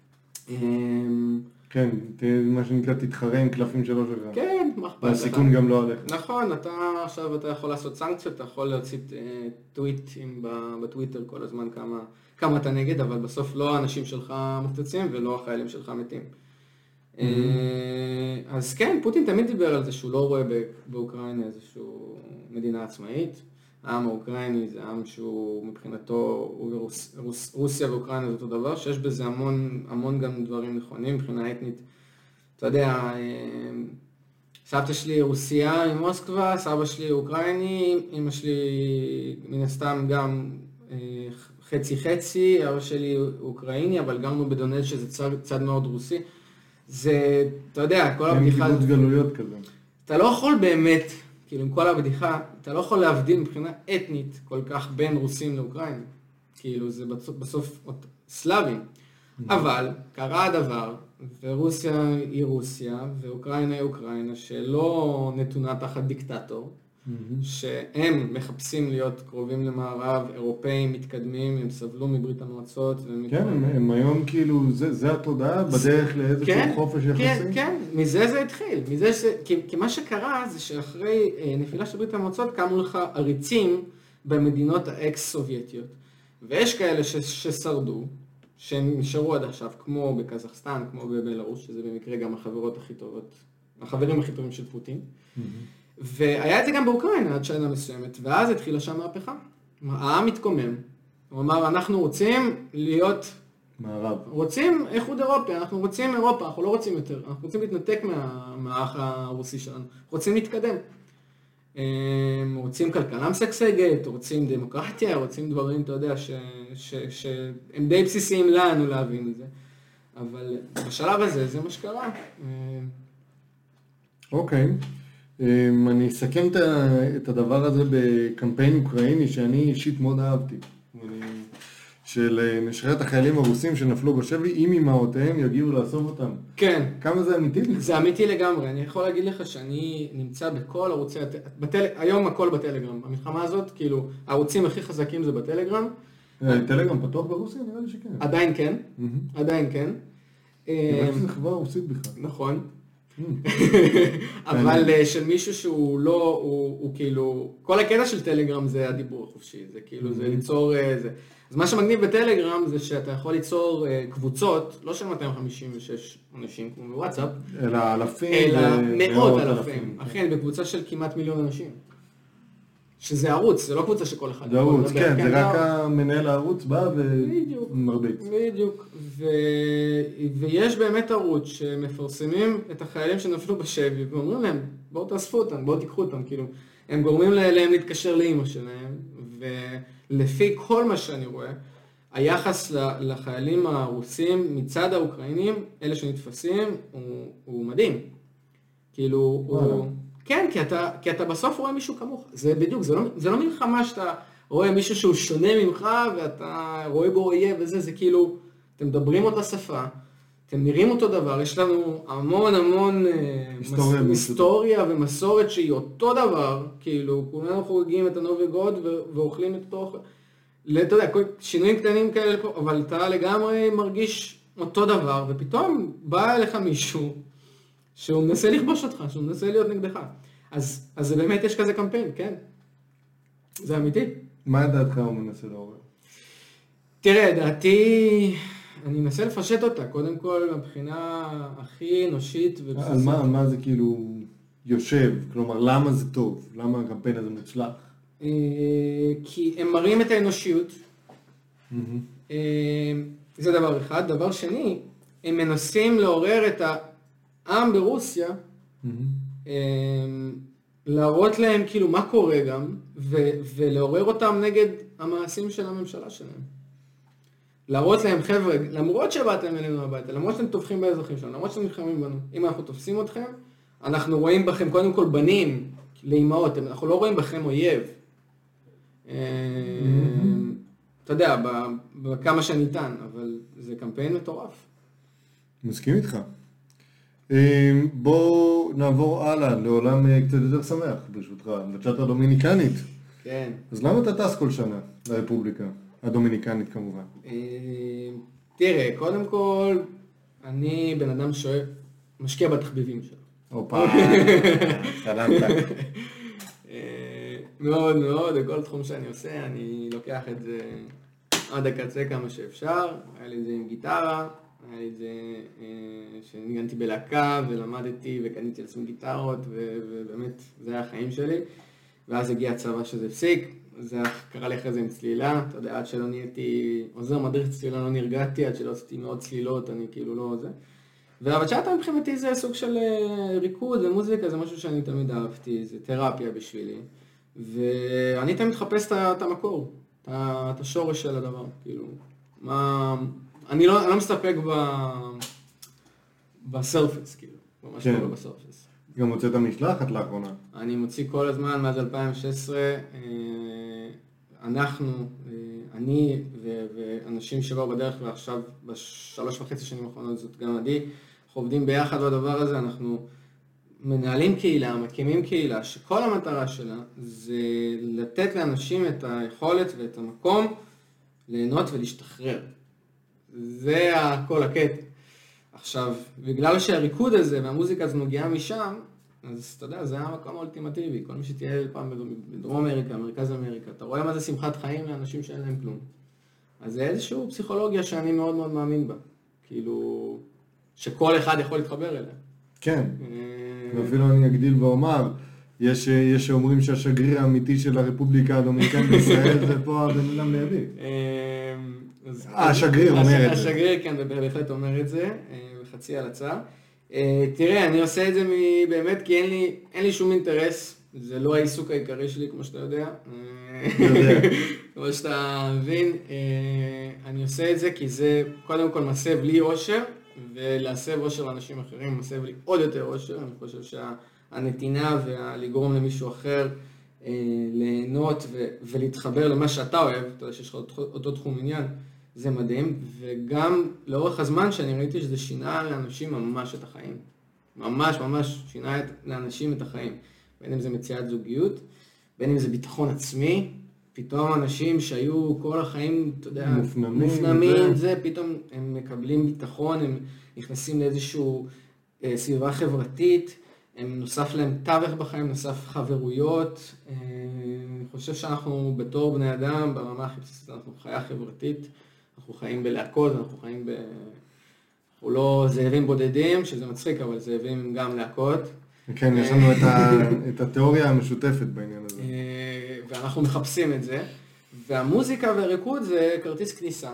כן, מה שנקרא תתחרה עם קלפים שלו שלך. כן, מה אכפת לך. והסיכון גם לא עליך. נכון, אתה עכשיו אתה יכול לעשות סנקציות, אתה יכול להוציא טוויטים בטוויטר כל הזמן כמה, כמה אתה נגד, אבל בסוף לא האנשים שלך מפתצים ולא החיילים שלך מתים. Mm-hmm. אז כן, פוטין תמיד דיבר על זה שהוא לא רואה באוקראינה איזושהי מדינה עצמאית. העם האוקראיני זה עם שהוא מבחינתו, רוסיה ואוקראינה זה אותו דבר, שיש בזה המון, המון גם דברים נכונים מבחינה אתנית. אתה יודע, סבתא שלי רוסיה ממוסקבה, סבא שלי אוקראיני, אמא שלי מן הסתם גם חצי חצי, אבא שלי אוקראיני, אבל גרנו בדונץ שזה צד, צד מאוד רוסי. זה, אתה יודע, כל הבדיחה... הם קיבוץ גלויות כזה. אתה לא יכול באמת... כאילו עם כל הבדיחה, אתה לא יכול להבדיל מבחינה אתנית כל כך בין רוסים לאוקראינים. כאילו זה בסוף, בסוף סלאבים. אבל קרה הדבר, ורוסיה היא רוסיה, ואוקראינה היא אוקראינה, שלא נתונה תחת דיקטטור, שהם מחפשים להיות קרובים למערב, אירופאים מתקדמים, הם סבלו מברית המועצות. כן, הם, הם היום כאילו, זה, זה התודעה בדרך לאיזשהו כן, חופש יחסי? כן, כן, מזה זה התחיל. מזה זה, כי, כי מה שקרה זה שאחרי נפילה של ברית המועצות קמו לך עריצים במדינות האקס-סובייטיות. ויש כאלה ש, ששרדו, שהם נשארו עד עכשיו, כמו בקזחסטן, כמו בבלרוס, שזה במקרה גם החברות הכי טובות, החברים הכי טובים של פוטין. Mm-hmm. והיה את זה גם באוקראינה עד שנה מסוימת, ואז התחילה שם מהפכה. העם התקומם. הוא אמר, אנחנו רוצים להיות... מערב. רוצים איחוד אירופי, אנחנו רוצים אירופה, אנחנו לא רוצים יותר. אנחנו רוצים להתנתק מה, מהאח הרוסי שלנו. רוצים להתקדם. רוצים כלכלה משגשגת, רוצים דמוקרטיה, רוצים דברים, אתה יודע, ש, ש, שהם די בסיסיים לנו להבין את זה. אבל בשלב הזה, זה מה שקרה. אוקיי. אני אסכם את הדבר הזה בקמפיין אוקראיני שאני אישית מאוד אהבתי. של נשחרר החיילים הרוסים שנפלו בשבי, עם אמהותיהם יגיעו לאסוף אותם. כן. כמה זה אמיתי? זה אמיתי לגמרי. אני יכול להגיד לך שאני נמצא בכל ערוצי, בטל... היום הכל בטלגרם. המלחמה הזאת, כאילו, הערוצים הכי חזקים זה בטלגרם. טלגרם פתוח ברוסיה? נראה לי שכן. עדיין כן. עדיין כן. נראה שזה חברה רוסית בכלל. נכון. אבל של מישהו שהוא לא, הוא כאילו, כל הקטע של טלגרם זה הדיבור החופשי, זה כאילו, זה ליצור, זה. אז מה שמגניב בטלגרם זה שאתה יכול ליצור קבוצות, לא של מאתיים חמישים ושש אנשים כמו בוואטסאפ, אלא אלפים, אלא מאות אלפים, אכן, בקבוצה של כמעט מיליון אנשים. שזה ערוץ, זה לא קבוצה שכל אחד. זה ערוץ, כן, זה רק המנהל הערוץ בא ומרביץ. בדיוק, ויש באמת ערוץ שמפרסמים את החיילים שנפלו בשבי, ואומרים להם, בואו תאספו אותם, בואו תיקחו אותם, כאילו, הם גורמים להם להתקשר לאמא שלהם, ולפי כל מה שאני רואה, היחס לחיילים הרוסים מצד האוקראינים, אלה שנתפסים, הוא מדהים. כאילו, הוא... כן, כי אתה, כי אתה בסוף רואה מישהו כמוך. זה בדיוק, זה לא, זה לא מלחמה שאתה רואה מישהו שהוא שונה ממך, ואתה רואה בו אויב וזה, זה כאילו, אתם מדברים אותה שפה, אתם נראים אותו דבר, יש לנו המון המון היסטוריה, מס, היסטוריה ומסורת שהיא אותו דבר, כאילו, כולנו חוגגים את הנובי גוד ואוכלים את אותו אוכל. אתה יודע, שינויים קטנים כאלה, אבל אתה לגמרי מרגיש אותו דבר, ופתאום בא אליך מישהו, שהוא מנסה לכבוש אותך, שהוא מנסה להיות נגדך. אז, אז זה באמת יש כזה קמפיין, כן. זה אמיתי. מה דעתך הוא מנסה לעורר? תראה, דעתי, אני מנסה לפשט אותה, קודם כל, מבחינה הכי אנושית ובסיסית. על מה, מה זה כאילו יושב? כלומר, למה זה טוב? למה הקמפיין הזה מוצלח? כי הם מראים את האנושיות. זה דבר אחד. דבר שני, הם מנסים לעורר את העם ברוסיה, להראות להם כאילו מה קורה גם, ולעורר אותם נגד המעשים של הממשלה שלהם. להראות להם, חבר'ה, למרות שבאתם אלינו הביתה, למרות שאתם תופכים באזרחים שלנו, למרות שאתם נלחמים בנו, אם אנחנו תופסים אתכם, אנחנו רואים בכם קודם כל בנים, לאמהות, אנחנו לא רואים בכם אויב. אתה יודע, בכמה שניתן, אבל זה קמפיין מטורף. מסכים איתך. בואו נעבור הלאה לעולם קצת יותר שמח, ברשותך, בצ'אט הדומיניקנית. כן. אז למה אתה טס כל שנה לרפובליקה? הדומיניקנית כמובן. תראה, קודם כל, אני בן אדם שואף, משקיע בתחביבים שלו. אופה, שלמת. מאוד מאוד, בכל תחום שאני עושה, אני לוקח את זה עד הקצה כמה שאפשר. היה לי את זה עם גיטרה, היה לי את זה שניגנתי בלהקה ולמדתי וקניתי לעצמי גיטרות, ובאמת זה היה החיים שלי. ואז הגיע הצבא שזה הפסיק, זה קרה לי אחרי זה עם צלילה, אתה יודע, עד שלא נהייתי עוזר מדריך צלילה, לא נרגעתי, עד שלא עשיתי מאוד צלילות, אני כאילו לא זה. והבצ'אטה מבחינתי זה סוג של ריקוד ומוזיקה, זה משהו שאני תמיד אהבתי, זה תרפיה בשבילי. ואני תמיד מחפש את המקור, את השורש של הדבר, כאילו. מה... אני לא, אני לא מסתפק ב... בסרפס, כאילו, ממש כן. לא בסרפס. גם הוצאת משלחת לאחרונה. אני מוציא כל הזמן, מאז אלפיים ושש עשרה, אנחנו, אני ואנשים שבאו בדרך ועכשיו בשלוש וחצי שנים האחרונות זאת גם עדי, אנחנו עובדים ביחד בדבר הזה, אנחנו מנהלים קהילה, מקימים קהילה, שכל המטרה שלה זה לתת לאנשים את היכולת ואת המקום ליהנות ולהשתחרר. זה כל הקטע. עכשיו, בגלל שהריקוד הזה והמוזיקה הזו מגיעה משם, אז אתה יודע, זה המקום האולטימטיבי. כל מי שתהיה פעם בדרום אמריקה, מרכז אמריקה, אתה רואה מה זה שמחת חיים לאנשים שאין להם כלום. אז זה איזושהי פסיכולוגיה שאני מאוד מאוד מאמין בה. כאילו, שכל אחד יכול להתחבר אליה. כן, ואפילו אני אגדיל ואומר, יש שאומרים שהשגריר האמיתי של הרפובליקה הדומיניקנית בישראל זה פה הבן אדם לידי. השגריר אומר את זה. השגריר, כן, בהחלט אומר את זה, בחצי הלצה. תראה, אני עושה את זה באמת כי אין לי, אין לי שום אינטרס, זה לא העיסוק העיקרי שלי, כמו שאתה יודע. כמו שאתה מבין, אני עושה את זה כי זה קודם כל מסב לי אושר, ולהסב אושר לאנשים אחרים מסב לי עוד יותר אושר. אני חושב שהנתינה ולגרום למישהו אחר ליהנות ולהתחבר למה שאתה אוהב, אתה יודע שיש לך אותו תחום עניין, זה מדהים, וגם לאורך הזמן שאני ראיתי שזה שינה לאנשים ממש את החיים. ממש ממש שינה לאנשים את החיים. בין אם זה מציאת זוגיות, בין אם זה ביטחון עצמי, פתאום אנשים שהיו כל החיים, אתה יודע, מופנמים, מופנמים זה, פתאום הם מקבלים ביטחון, הם נכנסים לאיזושהי אה, סביבה חברתית, הם נוסף להם תווך בחיים, נוסף חברויות. אה, אני חושב שאנחנו בתור בני אדם, ברמה הכי בסיסית, אנחנו חיה חברתית, אנחנו חיים בלהקות, אנחנו חיים ב... אנחנו לא זאבים בודדים, שזה מצחיק, אבל זאבים גם להקות. כן, יש לנו את, ה... את התיאוריה המשותפת בעניין הזה. ואנחנו מחפשים את זה, והמוזיקה והריקוד זה כרטיס כניסה.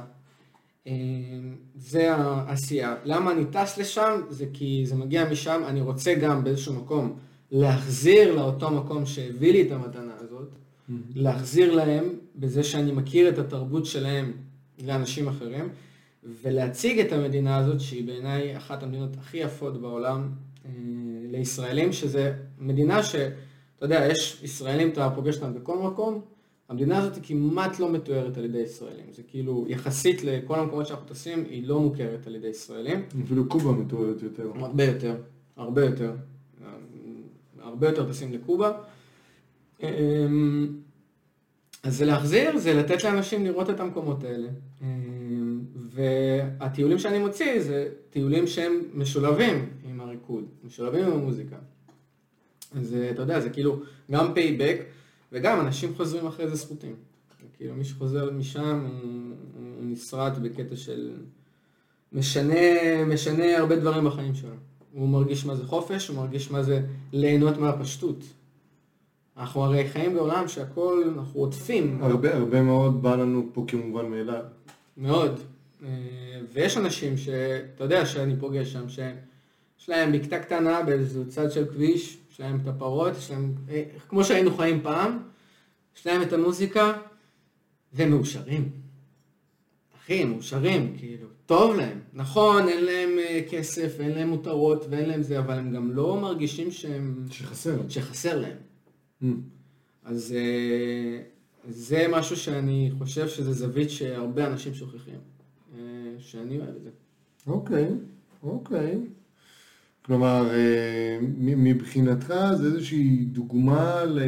זה העשייה. למה אני טס לשם? זה כי זה מגיע משם, אני רוצה גם באיזשהו מקום להחזיר לאותו מקום שהביא לי את המתנה הזאת, להחזיר להם בזה שאני מכיר את התרבות שלהם לאנשים אחרים, ולהציג את המדינה הזאת, שהיא בעיניי אחת המדינות הכי יפות בעולם, לישראלים, שזה מדינה ש, אתה יודע, יש ישראלים, אתה פוגש אותם בכל מקום, המדינה הזאת היא כמעט לא מתוארת על ידי ישראלים, זה כאילו, יחסית לכל המקומות שאנחנו טסים, היא לא מוכרת על ידי ישראלים. אפילו קובה מתוארת יותר. הרבה יותר, הרבה יותר, הרבה יותר טסים לקובה. אז זה להחזיר, זה לתת לאנשים לראות את המקומות האלה. והטיולים שאני מוציא זה טיולים שהם משולבים עם הריקוד, משולבים עם המוזיקה. אז אתה יודע, זה כאילו גם פייבק, וגם אנשים חוזרים אחרי זה זכותים. כאילו מי שחוזר משם הוא, הוא נשרט בקטע של משנה, משנה הרבה דברים בחיים שלו. הוא מרגיש מה זה חופש, הוא מרגיש מה זה ליהנות מהפשטות. אנחנו הרי חיים בעולם שהכל, אנחנו עוטפים. הרבה, הרבה מאוד בא לנו פה כמובן מאליו. מאוד. ויש אנשים שאתה יודע שאני פוגש שם, שיש להם בקתה קטנה באיזו צד של כביש, יש להם את הפרות, יש להם, כמו שהיינו חיים פעם, יש להם את המוזיקה, והם מאושרים. אחי, הם מאושרים, כאילו, טוב להם. נכון, אין להם כסף, אין להם מותרות ואין להם זה, אבל הם גם לא מרגישים שהם... שחסר. שחסר להם. Mm. אז זה משהו שאני חושב שזה זווית שהרבה אנשים שוכחים. שאני אוהב את זה. אוקיי, אוקיי. כלומר, מבחינתך זה איזושהי דוגמה ל...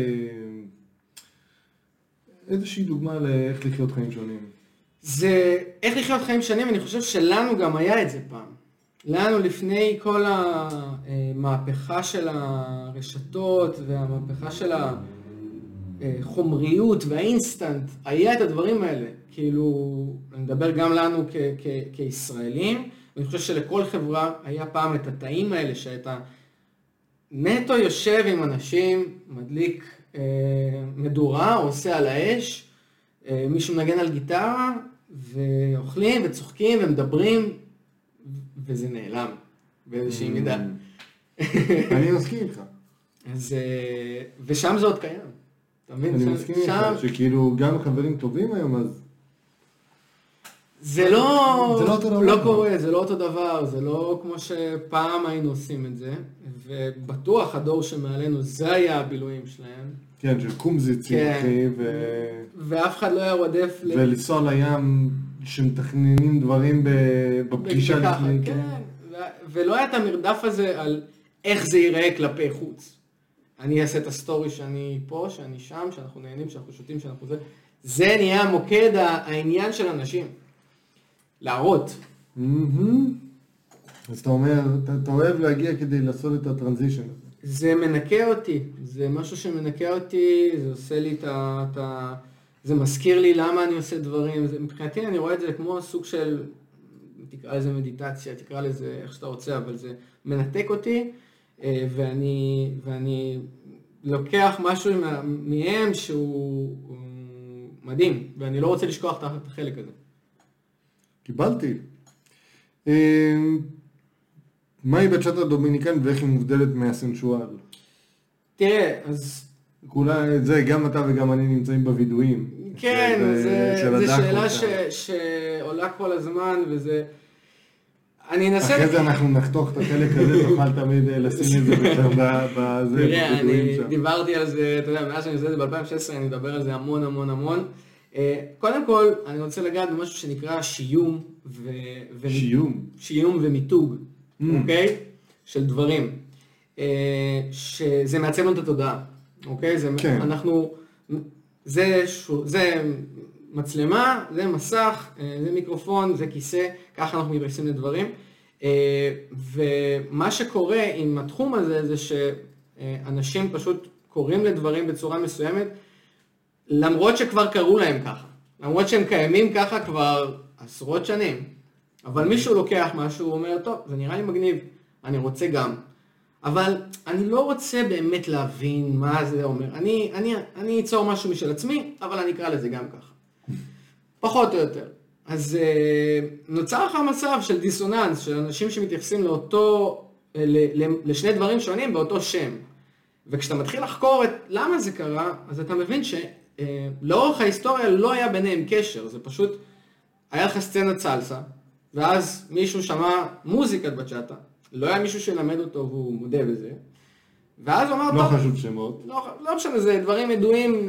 איזושהי דוגמה לאיך לחיות חיים שונים. זה איך לחיות חיים שונים, אני חושב שלנו גם היה את זה פעם. לנו לפני כל המהפכה של הרשתות והמהפכה של החומריות והאינסטנט, היה את הדברים האלה. כאילו, אני מדבר גם לנו כ- כ- כישראלים, ואני חושב שלכל חברה היה פעם את התאים האלה, שאתה נטו יושב עם אנשים, מדליק אה, מדורה, או עושה על האש, אה, מישהו מנגן על גיטרה, ואוכלים וצוחקים ומדברים, וזה נעלם באיזושהי מידה. אני מסכים איתך. אז, ושם זה עוד קיים. אתה מבין? אני מסכים איתך, שכאילו גם חברים טובים היום, אז... זה לא, זה לא אותו דבר. לא קורה, זה לא אותו דבר, זה לא כמו שפעם היינו עושים את זה, ובטוח הדור שמעלינו זה היה הבילויים שלהם. כן, של קומזיצים, כן. אחי, ו... ואף אחד לא היה רודף... ולנסוע לים שמתכננים דברים בפגישה לפני. כן, ו... ולא היה את המרדף הזה על איך זה ייראה כלפי חוץ. אני אעשה את הסטורי שאני פה, שאני שם, שאנחנו נהנים, שאנחנו שותים, שאנחנו זה. זה נהיה מוקד העניין של אנשים. להראות. אז אתה אומר, אתה אוהב להגיע כדי לעשות את הטרנזישן הזה. זה מנקה אותי, זה משהו שמנקה אותי, זה עושה לי את ה... זה מזכיר לי למה אני עושה דברים. מבחינתי אני רואה את זה כמו סוג של, תקרא לזה מדיטציה, תקרא לזה איך שאתה רוצה, אבל זה מנתק אותי, ואני, ואני לוקח משהו מהם שהוא מדהים, ואני לא רוצה לשכוח את החלק הזה. קיבלתי. מהי בצ'אט הדומיניקן ואיך היא מובדלת מהסנשואל? תראה, אז... כולה, זה גם אתה וגם אני נמצאים בווידואים. כן, זו שאלה שעולה כל הזמן, וזה... אני אנסה... אחרי זה אנחנו נחתוך את החלק הזה, תוכל תמיד לשים את זה בזה. תראה, אני דיברתי על זה, אתה יודע, מאז שאני עושה את זה ב-אלפיים ושש עשרה, אני מדבר על זה המון המון המון. קודם כל, אני רוצה לגעת במשהו שנקרא שיום ו... שיום? שיום ומיתוג, אוקיי? של דברים. שזה מעצב לנו את התודעה, אוקיי? כן. אנחנו... זה מצלמה, זה מסך, זה מיקרופון, זה כיסא, ככה אנחנו מתייחסים לדברים. ומה שקורה עם התחום הזה, זה שאנשים פשוט קוראים לדברים בצורה מסוימת, למרות שכבר קראו להם ככה. למרות שהם קיימים ככה כבר עשרות שנים. אבל מישהו לוקח משהו, הוא אומר, טוב, זה נראה לי מגניב, אני רוצה גם. אבל אני לא רוצה באמת להבין מה זה אומר. אני, אני, אני אצור משהו משל עצמי, אבל אני אקרא לזה גם ככה. פחות או יותר. אז נוצר לך מצב של דיסוננס, של אנשים שמתייחסים לאותו, לשני דברים שונים באותו שם. וכשאתה מתחיל לחקור את למה זה קרה, אז אתה מבין שלאורך ההיסטוריה לא היה ביניהם קשר. זה פשוט, היה לך סצנת סלסה, ואז מישהו שמע מוזיקת בצ'אטה. לא היה מישהו שלמד אותו והוא מודה בזה. ואז הוא אמר, לא טוב, חשוב שמות. לא, לא משנה, זה דברים ידועים.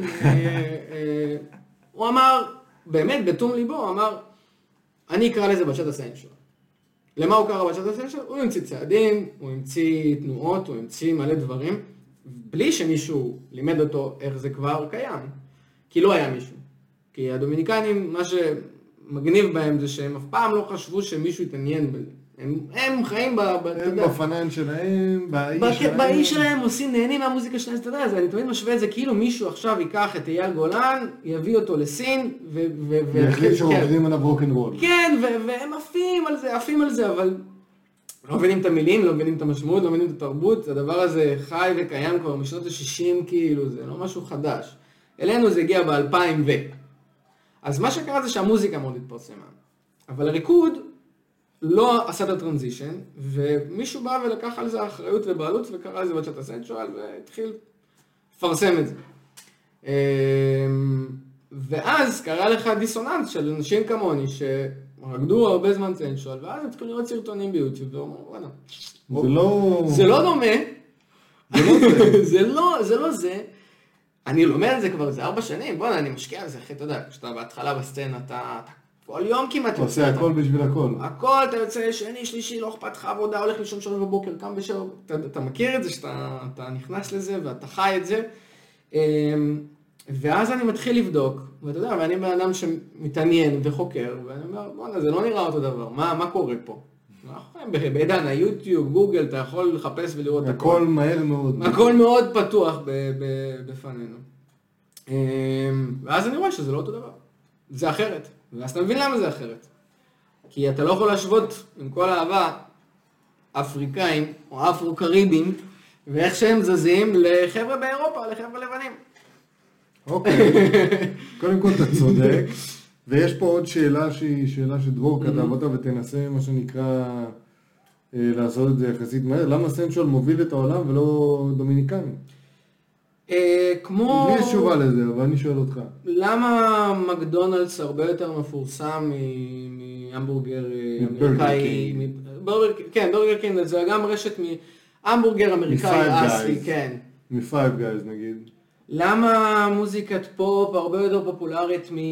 הוא אמר, באמת, בתום ליבו, הוא אמר, אני אקרא לזה בצ'אט הסנשואל. למה הוא קרא בצ'אט הסנשואל? הוא המציא צעדים, הוא המציא תנועות, הוא המציא מלא דברים, בלי שמישהו לימד אותו איך זה כבר קיים. כי לא היה מישהו. כי הדומיניקנים, מה שמגניב בהם זה שהם אף פעם לא חשבו שמישהו יתעניין בזה. הם, הם חיים ב... הם בפנן שלהם, באי שלהם. באי שלהם עושים, נהנים מהמוזיקה שלהם, אתה יודע, אז אני תמיד משווה את זה, כאילו מישהו עכשיו ייקח את אייל גולן, יביא אותו לסין, ו... ויחליט שרוקדים עליו רוק'נ'רול. כן, והם עפים על זה, עפים על זה, אבל לא מבינים את המילים, לא מבינים את המשמעות, לא מבינים את התרבות, הדבר הזה חי וקיים כבר משנות ה-שישים, כאילו, זה לא משהו חדש. אלינו זה הגיע ב-אלפיים ו... אז מה שקרה זה שהמוזיקה מאוד התפרסמה. אבל הריקוד לא עשה את הטרנזישן, ומישהו בא ולקח על זה אחריות ובעלות, וקרא לזה בצ'אט הסנצ'ואל, והתחיל לפרסם את זה. ואז קרה לך דיסוננס של אנשים כמוני, שרקדו הרבה זמן סנצ'ואל, ואז התחילו לראות סרטונים ביוטיוב, ואומרו, וואלה. זה לא... זה לא דומה. זה לא זה. זה לא, זה לא זה. אני לומד את זה כבר איזה ארבע שנים, בוא'נה, אני משקיע בזה, אחי, אתה יודע, כשאתה בהתחלה בסצנה, אתה כל יום כמעט אתה עושה הכל בשביל הכל. הכל, אתה יוצא שני, שלישי, לא אכפת לך עבודה, הולך לישון שלוש בבוקר, קם בשבע, אתה, אתה מכיר את זה, שאתה אתה נכנס לזה ואתה חי את זה. ואז אני מתחיל לבדוק, ואתה יודע, ואני בן אדם שמתעניין וחוקר, ואני אומר, בוא'נה, זה לא נראה אותו דבר, מה, מה קורה פה? בעידן היוטיוב, גוגל, אתה יכול לחפש ולראות הכל. הכל מהר מאוד. הכל מאוד פתוח בפנינו. ואז אני רואה שזה לא אותו דבר. זה אחרת. ואז אתה מבין למה זה אחרת. כי אתה לא יכול להשוות עם כל האהבה אפריקאים או אפרו-קריבים, ואיך שהם זזים לחבר'ה באירופה, לחבר'ה לבנים. אוקיי. קודם כל אתה צודק. ויש פה עוד שאלה שהיא שאלה שדרור כתב אותה, ותנסה מה שנקרא לעשות את זה יחסית מהר. למה סנצ'ואל מוביל את העולם ולא דומיניקני? כמו... לי יש תשובה לזה, אבל אני שואל אותך. למה מקדונלדס הרבה יותר מפורסם מהמבורגר אמריקאי? כן, ברגר קינג, זה גם רשת מהמבורגר אמריקאי אסי, כן. מפייב גייז נגיד. למה מוזיקת פופ הרבה יותר פופולרית מ...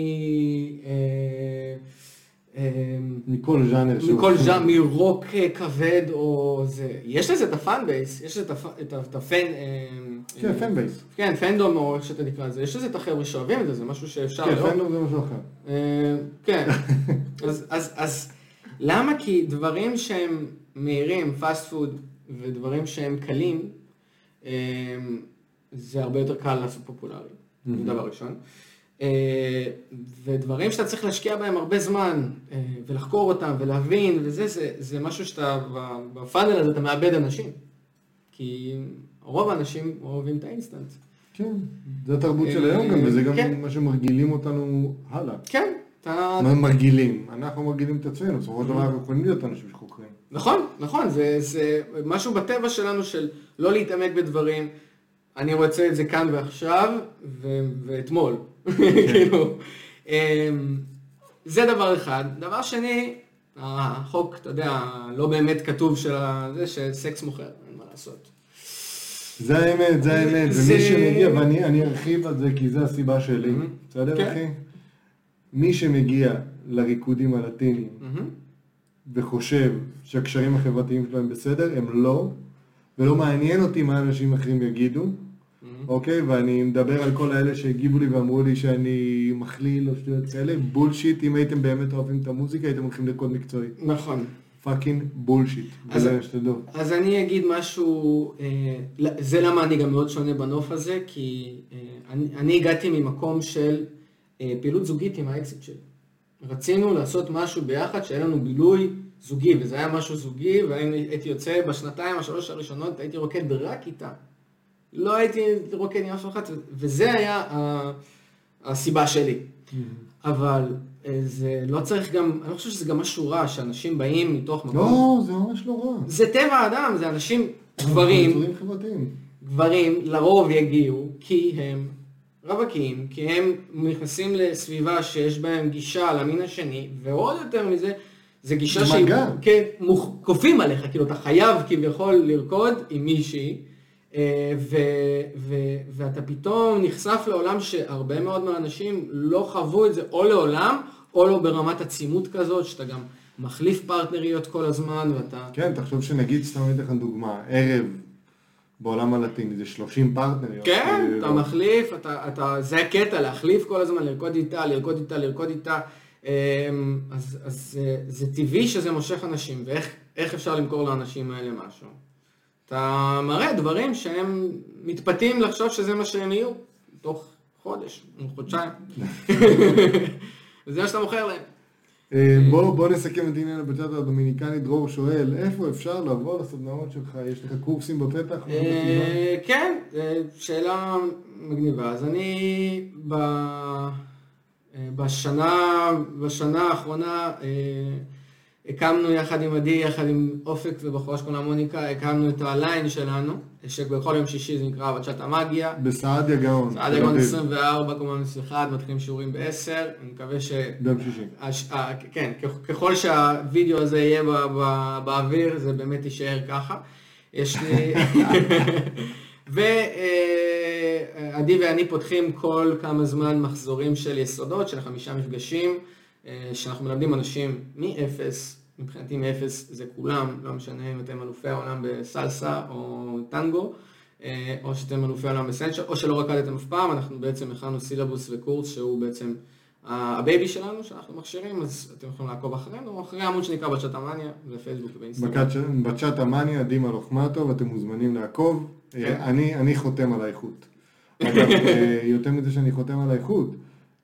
מכל ז'אנר. מכל ז'אנר, מרוק כבד או זה. יש לזה את הפאן בייס, יש לזה את הפן... כן, פן בייס. כן, פנדום או איך שאתה נקרא לזה. יש לזה את החבר'ה שאוהבים את זה, זה משהו שאפשר... כן, פנדום זה משהו אחר. כן. אז למה? כי דברים שהם מהירים, פאסט פוד, ודברים שהם קלים, זה הרבה יותר קל לעשות פופולרי, זה דבר ראשון. ודברים שאתה צריך להשקיע בהם הרבה זמן, ולחקור אותם, ולהבין, וזה, זה, זה משהו שאתה, בפאנל הזה אתה מאבד אנשים. כי רוב האנשים אוהבים את האינסטנט. כן, זה התרבות של היום גם, וזה גם מה שמרגילים אותנו הלאה. כן. מה מרגילים? אנחנו מרגילים את עצמנו, בסופו של דבר אנחנו יכולים להיות אנשים שחוקרים. נכון, נכון, זה משהו בטבע שלנו של לא להתעמק בדברים, אני רוצה את זה כאן ועכשיו, ואתמול. כאילו, זה דבר אחד. דבר שני, החוק, אתה יודע, לא באמת כתוב של זה, שסקס מוכר, אין מה לעשות. זה האמת, זה האמת, ומי שמגיע, ואני ארחיב על זה כי זה הסיבה שלי, בסדר אחי? מי שמגיע לריקודים הלטיניים וחושב שהקשרים החברתיים שלהם בסדר, הם לא, ולא מעניין אותי מה אנשים אחרים יגידו, אוקיי? ואני מדבר על כל האלה שהגיבו לי ואמרו לי שאני מכליל או שטויות כאלה, בולשיט, אם הייתם באמת אוהבים את המוזיקה, הייתם הולכים לקוד מקצועי. נכון. פאקינג בולשיט. אז אני אגיד משהו, זה למה אני גם מאוד שונה בנוף הזה, כי אני הגעתי ממקום של פעילות זוגית עם האקסיט שלי. רצינו לעשות משהו ביחד, שהיה לנו בילוי זוגי, וזה היה משהו זוגי, והייתי יוצא בשנתיים, השלוש הראשונות, הייתי רוקד רק איתה. לא הייתי רוקד עם אף אחד, וזה היה הסיבה שלי. אבל זה לא צריך גם, אני לא חושב שזה גם משהו רע, שאנשים באים מתוך מקום. לא, זה ממש לא רע. זה טבע האדם, זה אנשים, גברים, גברים לרוב יגיעו, כי הם רווקים, כי הם נכנסים לסביבה שיש בהם גישה למין השני, ועוד יותר מזה, זה גישה שכופים עליך, כאילו אתה חייב כביכול לרקוד עם מישהי, ו, ו, ואתה פתאום נחשף לעולם שהרבה מאוד מהאנשים לא חוו את זה, או לעולם, או לא ברמת עצימות כזאת, שאתה גם מחליף פרטנריות כל הזמן, ואתה... כן, תחשוב שנגיד, סתם אתן לך דוגמה, ערב בעולם הלטיני, זה שלושים פרטנריות. כן, אתה מחליף, אתה, אתה, זה הקטע, להחליף כל הזמן, לרקוד איתה, לרקוד איתה, לרקוד איתה, אז, אז זה, זה טבעי שזה מושך אנשים, ואיך איך אפשר למכור לאנשים האלה משהו? אתה מראה דברים שהם מתפתים לחשוב שזה מה שהם יהיו, תוך חודש, חודשיים. וזה מה שאתה מוכר להם. בוא, בוא נסכם את עניין בצ'אט הדומיניקני. דרור שואל, איפה אפשר לבוא לסדנאות שלך? יש לך קורסים בפתח? כן, שאלה מגניבה. אז אני בשנה, בשנה האחרונה הקמנו יחד עם עדי, יחד עם אופק ובחורה שקוראים לה מוניקה, הקמנו את הליין שלנו, שבכל יום שישי זה נקרא בצ'אט המאגיה. בסעדיה גאון. סעדיה גאון עשרים וארבע, קומה אחד, מתחילים שיעורים ב-עשר, אני מקווה ש... ביום שישי. כן, ככל שהווידאו הזה יהיה באוויר, זה באמת יישאר ככה. יש לי... ועדי ואני פותחים כל כמה זמן מחזורים של יסודות, של חמישה מפגשים, שאנחנו מלמדים אנשים מ-אפס, מבחינתי מ-אפס זה כולם, לא משנה אם אתם אלופי העולם בסלסה או טנגו, או שאתם אלופי העולם בסנצ'ר, או שלא רקדתם אף פעם, אנחנו בעצם הכנו סילבוס וקורס שהוא בעצם הבייבי שלנו שאנחנו מכשירים, אז אתם יכולים לעקוב אחרינו, או אחרי העמוד שנקרא בצ'אט המאניה, בפייסבוק ובאינסטגרם. בצ'אט המאניה, דימה לוחמטוב, אתם מוזמנים לעקוב. אני, אני חותם על האיכות. אגב, יותר מזה שאני חותם על האיכות,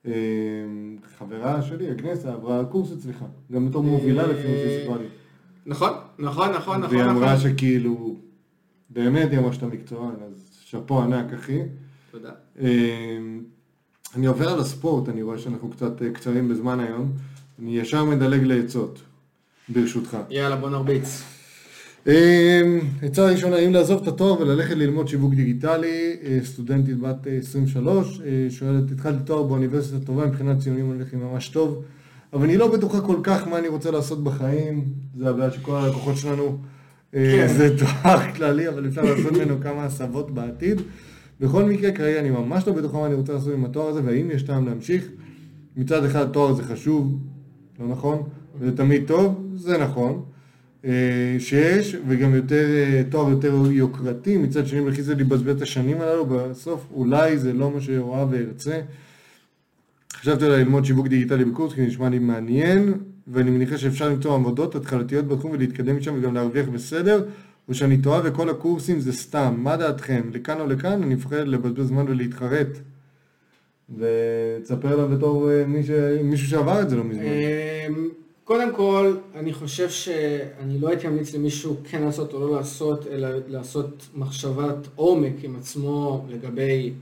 חברה שלי, אגנסה, עברה קורס אצלך, גם בתור מובילה לפי מה שסיפרה לי. נכון, נכון, נכון, נכון. והיא אמרה שכאילו, באמת היא אמרה שאתה מקצוען, אז שאפו ענק, אחי. תודה. אני עובר על הספורט, אני רואה שאנחנו קצת קצרים בזמן היום. אני ישר מדלג לעצות, ברשותך. יאללה, בוא נרביץ. עצה ראשונה, אם לעזוב את התואר וללכת ללמוד שיווק דיגיטלי, סטודנטית בת עשרים ושלוש, שואלת, התחלתי תואר באוניברסיטה טובה, מבחינת ציונים הולכים ממש טוב, אבל אני לא בטוחה כל כך מה אני רוצה לעשות בחיים, זה הבעיה שכל הלקוחות שלנו, זה תואר כללי, אבל אפשר לעשות ממנו כמה הסבות בעתיד. בכל מקרה, כרגע אני ממש לא בטוחה מה אני רוצה לעשות עם התואר הזה, והאם יש טעם להמשיך. מצד אחד, התואר זה חשוב, לא נכון? זה תמיד טוב, זה נכון. שיש, וגם יותר, תואר יותר יוקרתי, מצד שני בכי זה לבזבז את השנים הללו, בסוף אולי זה לא מה שאוהב וירצה. חשבתי אולי ללמוד שיווק דיגיטלי בקורס, כי נשמע לי מעניין, ואני מניחה שאפשר למצוא עבודות התחלתיות בתחום ולהתקדם משם וגם להרוויח בסדר, או שאני טועה וכל הקורסים זה סתם. מה דעתכם? לכאן או לכאן? אני מפחד לבזבז זמן ולהתחרט. ותספר לה בתור מישהו שעבר את זה לא מזמן. קודם כל, אני חושב שאני לא הייתי ממליץ למישהו כן לעשות או לא לעשות, אלא לעשות מחשבת עומק עם עצמו לגבי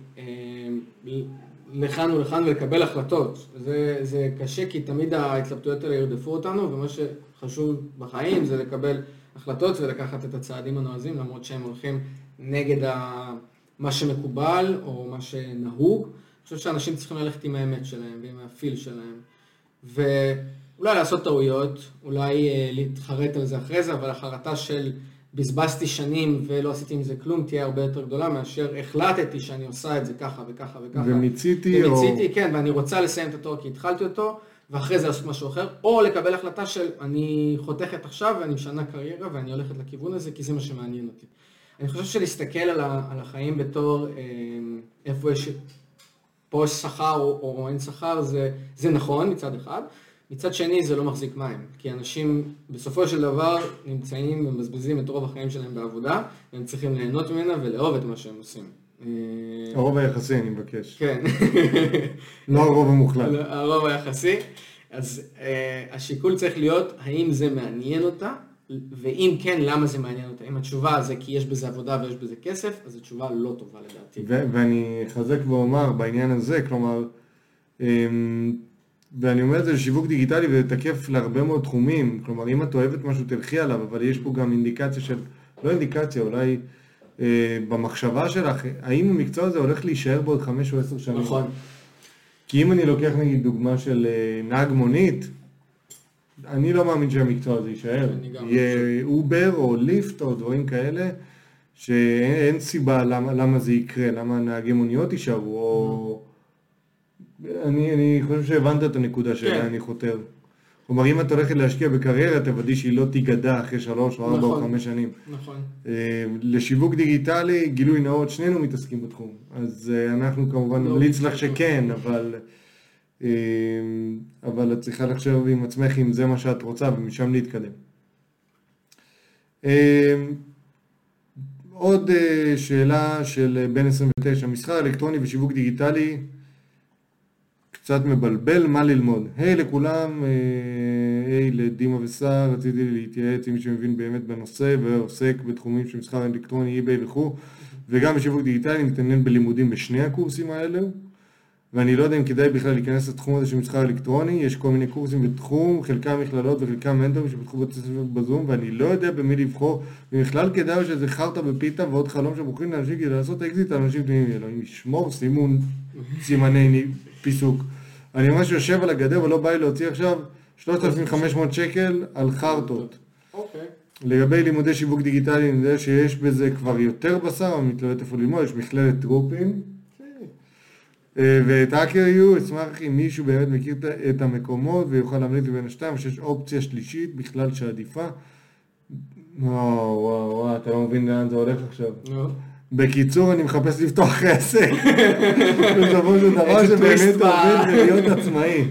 לכאן ולכאן ולקבל החלטות. זה, זה קשה כי תמיד ההתלבטויות האלה ירדפו אותנו, ומה שחשוב בחיים זה לקבל החלטות ולקחת את הצעדים הנועזים, למרות שהם הולכים נגד ה... מה שמקובל או מה שנהוג. אני חושב שאנשים צריכים ללכת עם האמת שלהם ועם הפיל שלהם. ו... אולי לעשות טעויות, אולי אה, להתחרט על זה אחרי זה, אבל החרטה של בזבזתי שנים ולא עשיתי עם זה כלום תהיה הרבה יותר גדולה מאשר החלטתי שאני עושה את זה ככה וככה וככה. ומיציתי או... ומיציתי, כן, ואני רוצה לסיים את התואר כי התחלתי אותו, ואחרי זה לעשות משהו אחר, או לקבל החלטה של אני חותכת עכשיו ואני משנה קריירה ואני הולכת לכיוון הזה כי זה מה שמעניין אותי. אני חושב שלהסתכל על, ה, על החיים בתור אה, איפה יש, פה יש שכר או, או אין שכר, זה, זה נכון מצד אחד. מצד שני זה לא מחזיק מים, כי אנשים בסופו של דבר נמצאים ומבזבזים את רוב החיים שלהם בעבודה, והם צריכים ליהנות ממנה ולאהוב את מה שהם עושים. הרוב היחסי אני מבקש. כן. לא הרוב המוחלט. הרוב היחסי. אז השיקול צריך להיות האם זה מעניין אותה, ואם כן, למה זה מעניין אותה. אם התשובה זה כי יש בזה עבודה ויש בזה כסף, אז התשובה לא טובה לדעתי. ואני חזק ואומר בעניין הזה, כלומר, ואני אומר את זה לשיווק דיגיטלי ותקף להרבה מאוד תחומים, כלומר אם את אוהבת משהו תלכי עליו, אבל יש פה גם אינדיקציה של, לא אינדיקציה, אולי אה, במחשבה שלך, האם המקצוע הזה הולך להישאר בעוד חמש או עשר שנים? נכון. כי אם אני לוקח נגיד דוגמה של אה, נהג מונית, אני לא מאמין שהמקצוע הזה יישאר. יהיה אובר או ליפט או דברים כאלה, שאין סיבה למה, למה זה יקרה, למה נהגי מוניות יישארו, או... אני, אני חושב שהבנת את הנקודה שלה, אני חותר. כלומר, אם את הולכת להשקיע בקריירה, תוודאי שהיא לא תיגדע אחרי שלוש או ארבע או חמש שנים. נכון. לשיווק דיגיטלי, גילוי נאות, שנינו מתעסקים בתחום. אז אנחנו כמובן נמליץ לך שכן, אבל, אבל את צריכה לחשוב עם עצמך אם זה מה שאת רוצה, ומשם להתקדם. עוד שאלה של בן עשרים ותשע, מסחר אלקטרוני ושיווק דיגיטלי, קצת מבלבל מה ללמוד. היי לכולם, היי לדימה וסער, רציתי להתייעץ עם מי שמבין באמת בנושא ועוסק בתחומים של מסחר אלקטרוני, אי-ביי וכו', וגם בשיווק דיגיטלי, מתעניין בלימודים בשני הקורסים האלה, ואני לא יודע אם כדאי בכלל להיכנס לתחום הזה של מסחר אלקטרוני, יש כל מיני קורסים בתחום, חלקם מכללות וחלקם מנטורים שפתחו בתי ספר בזום, ואני לא יודע במי לבחור, ובכלל כדאי שזה חרטה בפיתה ועוד חלום שמוכרים לאנשים כדי לעשות אקזיט, אנשים תמימים, אלוהים ישמור, סימון סימני פיסוק. אני ממש יושב על הגדר ולא בא לי להוציא עכשיו שלושת אלפים וחמש מאות שקל על חרטות. אוקיי. לגבי לימודי שיווק דיגיטלי, אני יודע שיש בזה כבר יותר בשר, אבל מתלבט איפה ללמוד, יש מכללת טרופין. ואת האקר יו, אשמח אם מישהו באמת מכיר את המקומות ויוכל להמליץ בין השתיים, שיש אופציה שלישית בכלל שעדיפה. וואו, וואו, וואו, אתה לא מבין לאן זה הולך עכשיו. בקיצור, אני מחפש לפתוח עסק. בסופו של דבר שבאמת עובד ולהיות עצמאי.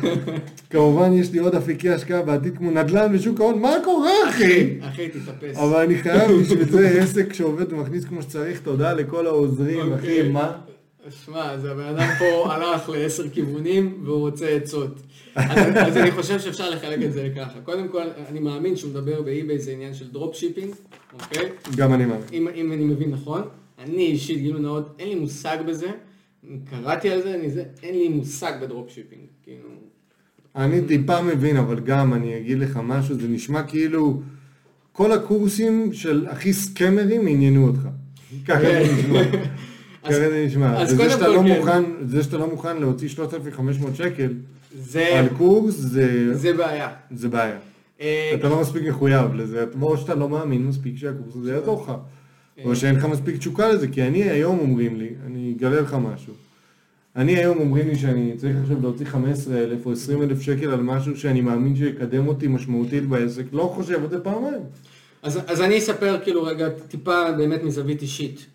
כמובן, יש לי עוד אפיקי השקעה בעתיד כמו נדל"ן ושוק ההון. מה קורה, אחי? אחי, תתאפס. אבל אני חייב בשביל זה עסק שעובד ומכניס כמו שצריך. תודה לכל העוזרים, אחי, מה? שמע, זה הבן אדם פה הלך לעשר כיוונים והוא רוצה עצות. אז, אז אני חושב שאפשר לחלק את זה ככה. קודם כל, אני מאמין שהוא מדבר באי-ביי זה עניין של דרופ שיפינג, אוקיי? גם אני מאמין. אם, אם אני מבין נכון, אני אישית גילוי נאות, אין לי מושג בזה, קראתי על זה, אני זה, אין לי מושג בדרופ שיפינג, כאילו... אני טיפה מבין, אבל גם אני אגיד לך משהו, זה נשמע כאילו כל הקורסים של הכי סקמרים עניינו אותך. ככה זה נשמע. ככה זה נשמע. וזה שאתה לא מוכן, זה שאתה לא מוכן להוציא שלושת אלפים וחמש מאות שקל על קורס, זה בעיה. זה בעיה. אתה לא מספיק מחויב לזה, או שאתה לא מאמין מספיק שהקורס הזה יעזור לך. או שאין לך מספיק תשוקה לזה, כי אני היום אומרים לי, אני אגלה לך משהו. אני היום אומרים לי שאני צריך עכשיו להוציא חמישה עשר אלף או עשרים אלף שקל על משהו שאני מאמין שיקדם אותי משמעותית בעסק, לא חושב את זה פעמיים. אז, אז אני אספר כאילו רגע טיפה באמת מזווית אישית.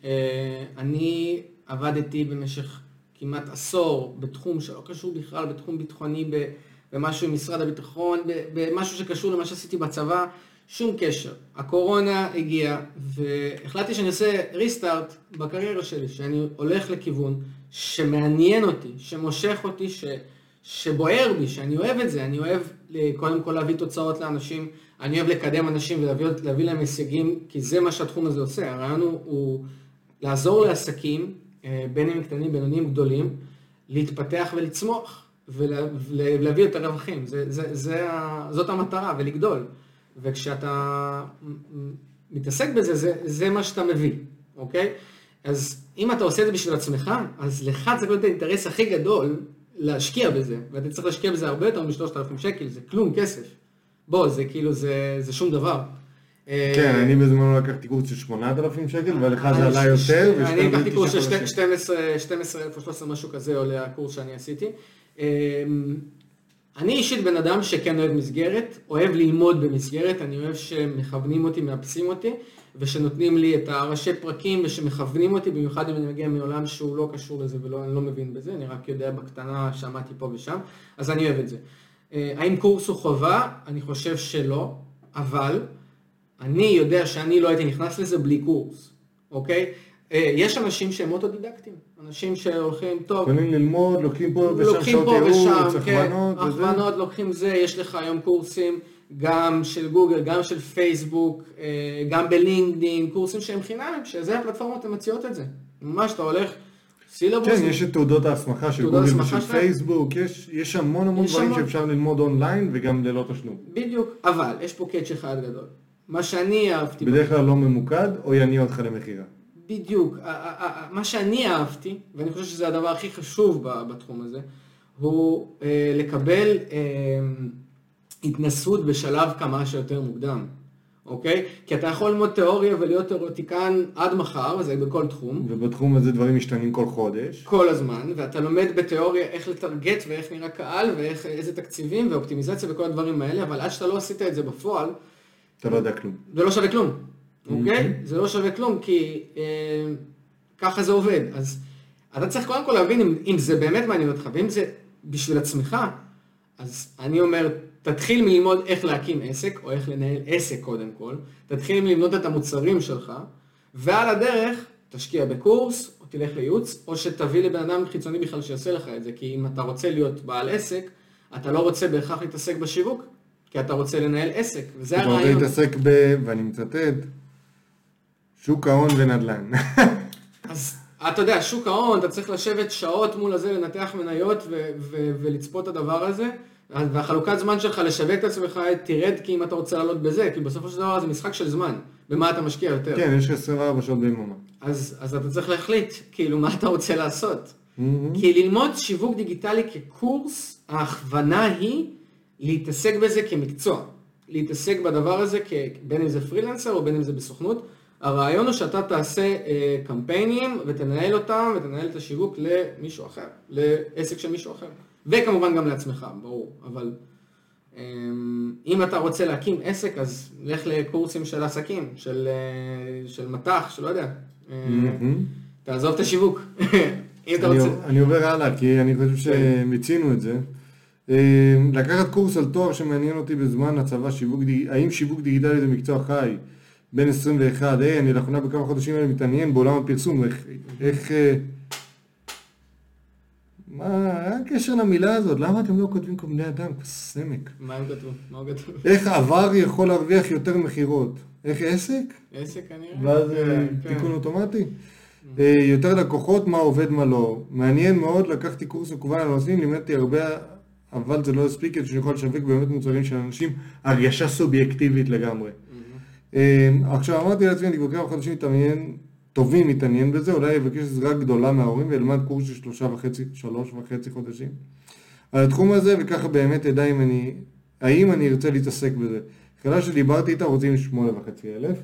אני עבדתי במשך כמעט עשור בתחום שלא קשור בכלל, בתחום ביטחוני, במשהו עם משרד הביטחון, במשהו שקשור למה שעשיתי בצבא, שום קשר. הקורונה הגיעה והחלטתי שאני עושה ריסטארט בקריירה שלי, שאני הולך לכיוון שמעניין אותי, שמושך אותי, ש, שבוער בי, שאני אוהב את זה, אני אוהב קודם כל להביא תוצאות לאנשים, אני אוהב לקדם אנשים ולהביא להביא להם הישגים, כי זה מה שהתחום הזה עושה. הרעיון הוא, הוא לעזור לעסקים, בין אם קטנים, בינוניים, גדולים, להתפתח ולצמוח, ולהביא את הרווחים. זה, זה, זה, זאת המטרה, ולגדול. וכשאתה מתעסק בזה, זה, זה מה שאתה מביא, אוקיי? אז אם אתה עושה את זה בשביל עצמך, אז לך צריך להיות האינטרס הכי גדול להשקיע בזה, ואתה צריך להשקיע בזה הרבה יותר מ-שלושת אלפים שקל, זה כלום כסף. בוא, זה כאילו, זה, זה שום דבר. כן, אני בזמן לקחתי קורס של שמונת אלפים שקל, ולך זה עלה יותר. אני לקחתי קורס של שתים עשרה אלף או שלוש עשרה משהו כזה, עולה הקורס שאני עשיתי. אני אישית בן אדם שכן אוהב מסגרת, אוהב ללמוד במסגרת, אני אוהב שמכוונים אותי, מאפסים אותי, ושנותנים לי את הראשי פרקים, ושמכוונים אותי, במיוחד אם אני מגיע מעולם שהוא לא קשור לזה, ואני לא מבין בזה, אני רק יודע בקטנה, שמעתי פה ושם, אז אני אוהב את זה. האם קורס הוא חובה? אני חושב שלא, אבל אני יודע שאני לא הייתי נכנס לזה בלי קורס, אוקיי? יש אנשים שהם אוטודידקטים, אנשים שהולכים טוב. יכולים ללמוד, לוקחים פה ושם שעות ייעוץ, הכוונות וזה. הכוונות, לוקחים זה, יש לך היום קורסים גם של גוגל, גם של פייסבוק, גם בלינקדין, קורסים שהם חינמים, שזה הפלטפורמות המציעות את זה. ממש אתה הולך, סילבוס. כן, יש את תעודות ההסמכה של גוגל ושל פייסבוק, יש המון המון דברים שאפשר ללמוד אונליין וגם ללא תשלום. בדיוק, אבל יש פה קאץ' אחד גדול. מה שאני אהבתי... בדרך כלל לא ממוקד, או יניע אותך למחירה. בדיוק. מה שאני אהבתי, ואני חושב שזה הדבר הכי חשוב בתחום הזה, הוא לקבל התנסות בשלב כמה שיותר מוקדם. אוקיי? כי אתה יכול ללמוד תיאוריה ולהיות תיאורטיקן עד מחר, זה בכל תחום. ובתחום הזה דברים משתנים כל חודש. כל הזמן, ואתה לומד בתיאוריה איך לטרגט ואיך נראה קהל ואיזה תקציבים ואופטימיזציה וכל הדברים האלה, אבל עד שאתה לא עשית את זה בפועל, אתה לא יודע כלום. זה לא שווה כלום, אוקיי? זה לא שווה כלום, כי אה, ככה זה עובד. אז אתה צריך קודם כל להבין אם, אם זה באמת מעניין אותך, ואם זה בשביל עצמך, אז אני אומר, תתחיל מללמוד איך להקים עסק, או איך לנהל עסק קודם כל, תתחיל מלמוד את המוצרים שלך, ועל הדרך תשקיע בקורס, או תלך לייעוץ, או שתביא לבן אדם חיצוני בכלל שיעשה לך את זה, כי אם אתה רוצה להיות בעל עסק, אתה לא רוצה בהכרח להתעסק בשיווק, כי אתה רוצה לנהל עסק, וזה הרעיון. אתה רוצה להתעסק ב... ואני מצטט, שוק ההון ונדל"ן. אז אתה יודע, שוק ההון, אתה צריך לשבת שעות מול הזה, לנתח מניות ו- ו- ולצפות את הדבר הזה, והחלוקת זמן שלך לשווק את עצמך תרד כי אם אתה רוצה לעלות בזה, כי בסופו של דבר זה משחק של זמן, במה אתה משקיע יותר. כן, יש עשרים וארבע שעות ביממה. אז, אז אתה צריך להחליט, כאילו, מה אתה רוצה לעשות. Mm-hmm. כי ללמוד שיווק דיגיטלי כקורס, ההכוונה היא להתעסק בזה כמקצוע. להתעסק בדבר הזה, בין אם זה פרילנסר או בין אם זה בסוכנות. הרעיון הוא שאתה תעשה אה, קמפיינים ותנהל אותם ותנהל את השיווק למישהו אחר, לעסק של מישהו אחר. וכמובן גם לעצמך, ברור. אבל אה, אם אתה רוצה להקים עסק, אז לך לקורסים של עסקים, של, אה, של מתח, שלא יודע. אה, mm-hmm. תעזוב את השיווק. אם אתה אני, רוצה... אני עובר הלאה, כי אני חושב שמצינו את זה. לקחת קורס על תואר שמעניין אותי בזמן הצבא, שיווק, האם שיווק דיגיטלי זה מקצוע חי? בין עשרים ואחת, היי, אני לאחרונה בכמה חודשים האלה מתעניין בעולם הפרסום, איך, איך, מה הקשר למילה הזאת? למה אתם לא כותבים כמו בני אדם? סמק. מה הם כתבו? מה הוא כתבו? איך עבר יכול להרוויח יותר מחירות? איך עסק? עסק כנראה. ואז תיקון אוטומטי. יותר לקוחות, מה עובד, מה לא. מעניין מאוד, לקחתי קורס מקוון על הנושאים, לימדתי הרבה, אבל זה לא הספיק, שאני יכול לשווק באמת מוצרים של אנשים, הרגשה סובייקטיבית לגמרי. עכשיו אמרתי לעצמי, אני בכמה חודשים מתעניין, טובים מתעניין בזה, אולי אבקש עזרה גדולה מההורים ואלמד קורס של שלושה וחצי, שלוש וחצי חודשים על התחום הזה, וככה באמת אדע אם אני, האם אני ארצה להתעסק בזה. חלה שדיברתי איתה רוצים שמונה וחצי אלף,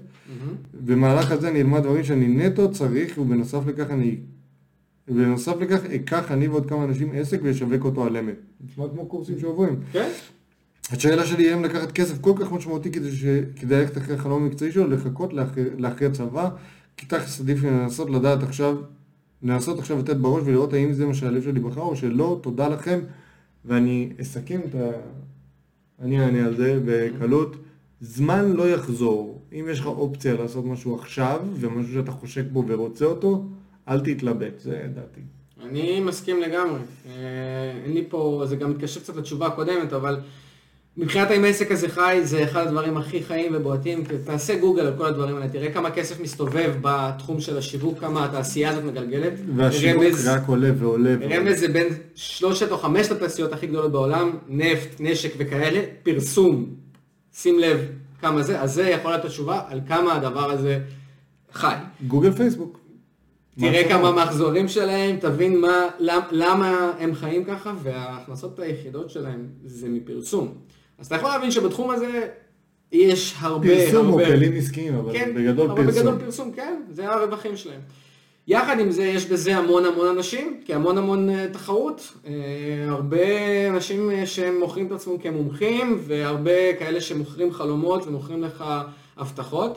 במהלך הזה אני אלמד דברים שאני נטו צריך, ובנוסף לכך אני, ובנוסף לכך אקח אני ועוד כמה אנשים עסק וישווק אותו על אמת. נשמע כמו קורסים שעוברים. כן. השאלה שלי היא אם לקחת כסף כל כך משמעותי כדי שכדאי ללכת אחרי החלום המקצועי שלו, לחכות לאחרי הצבא, כי תכף עדיף לנסות לדעת עכשיו, לנסות עכשיו לתת בראש ולראות האם זה מה שהלב שלי בחר או שלא, תודה לכם, ואני אסכם את ה... אני אענה על זה בקלות. זמן לא יחזור. אם יש לך אופציה לעשות משהו עכשיו, ומשהו שאתה חושק בו ורוצה אותו, אל תתלבט, זה דעתי. אני מסכים לגמרי. אין לי פה, זה גם מתקשר קצת לתשובה הקודמת, אבל מבחינת האם העסק הזה חי, זה אחד הדברים הכי חיים ובועטים. תעשה גוגל על כל הדברים האלה, תראה כמה כסף מסתובב בתחום של השיווק, כמה התעשייה הזאת מגלגלת. והשיווק רמז, רק עולה ועולה. רמז זה בין שלושת או חמשת התעשיות הכי גדולות בעולם, נפט, נשק וכאלה, פרסום. שים לב כמה זה, אז זה יכול להיות התשובה על כמה הדבר הזה חי. גוגל פייסבוק. תראה כמה מחזורים שלהם, תבין מה, למה הם חיים ככה, וההכנסות היחידות שלהם זה מפרסום. אז אתה יכול להבין שבתחום הזה יש הרבה... פרסום הרבה... או כלים עסקיים, אבל כן, בגדול אבל פרסום. בגדול פרסום, כן, זה הרווחים שלהם. יחד עם זה יש בזה המון המון אנשים, כי המון המון תחרות, הרבה אנשים שהם מוכרים את עצמם כמומחים, והרבה כאלה שמוכרים חלומות ומוכרים לך הבטחות.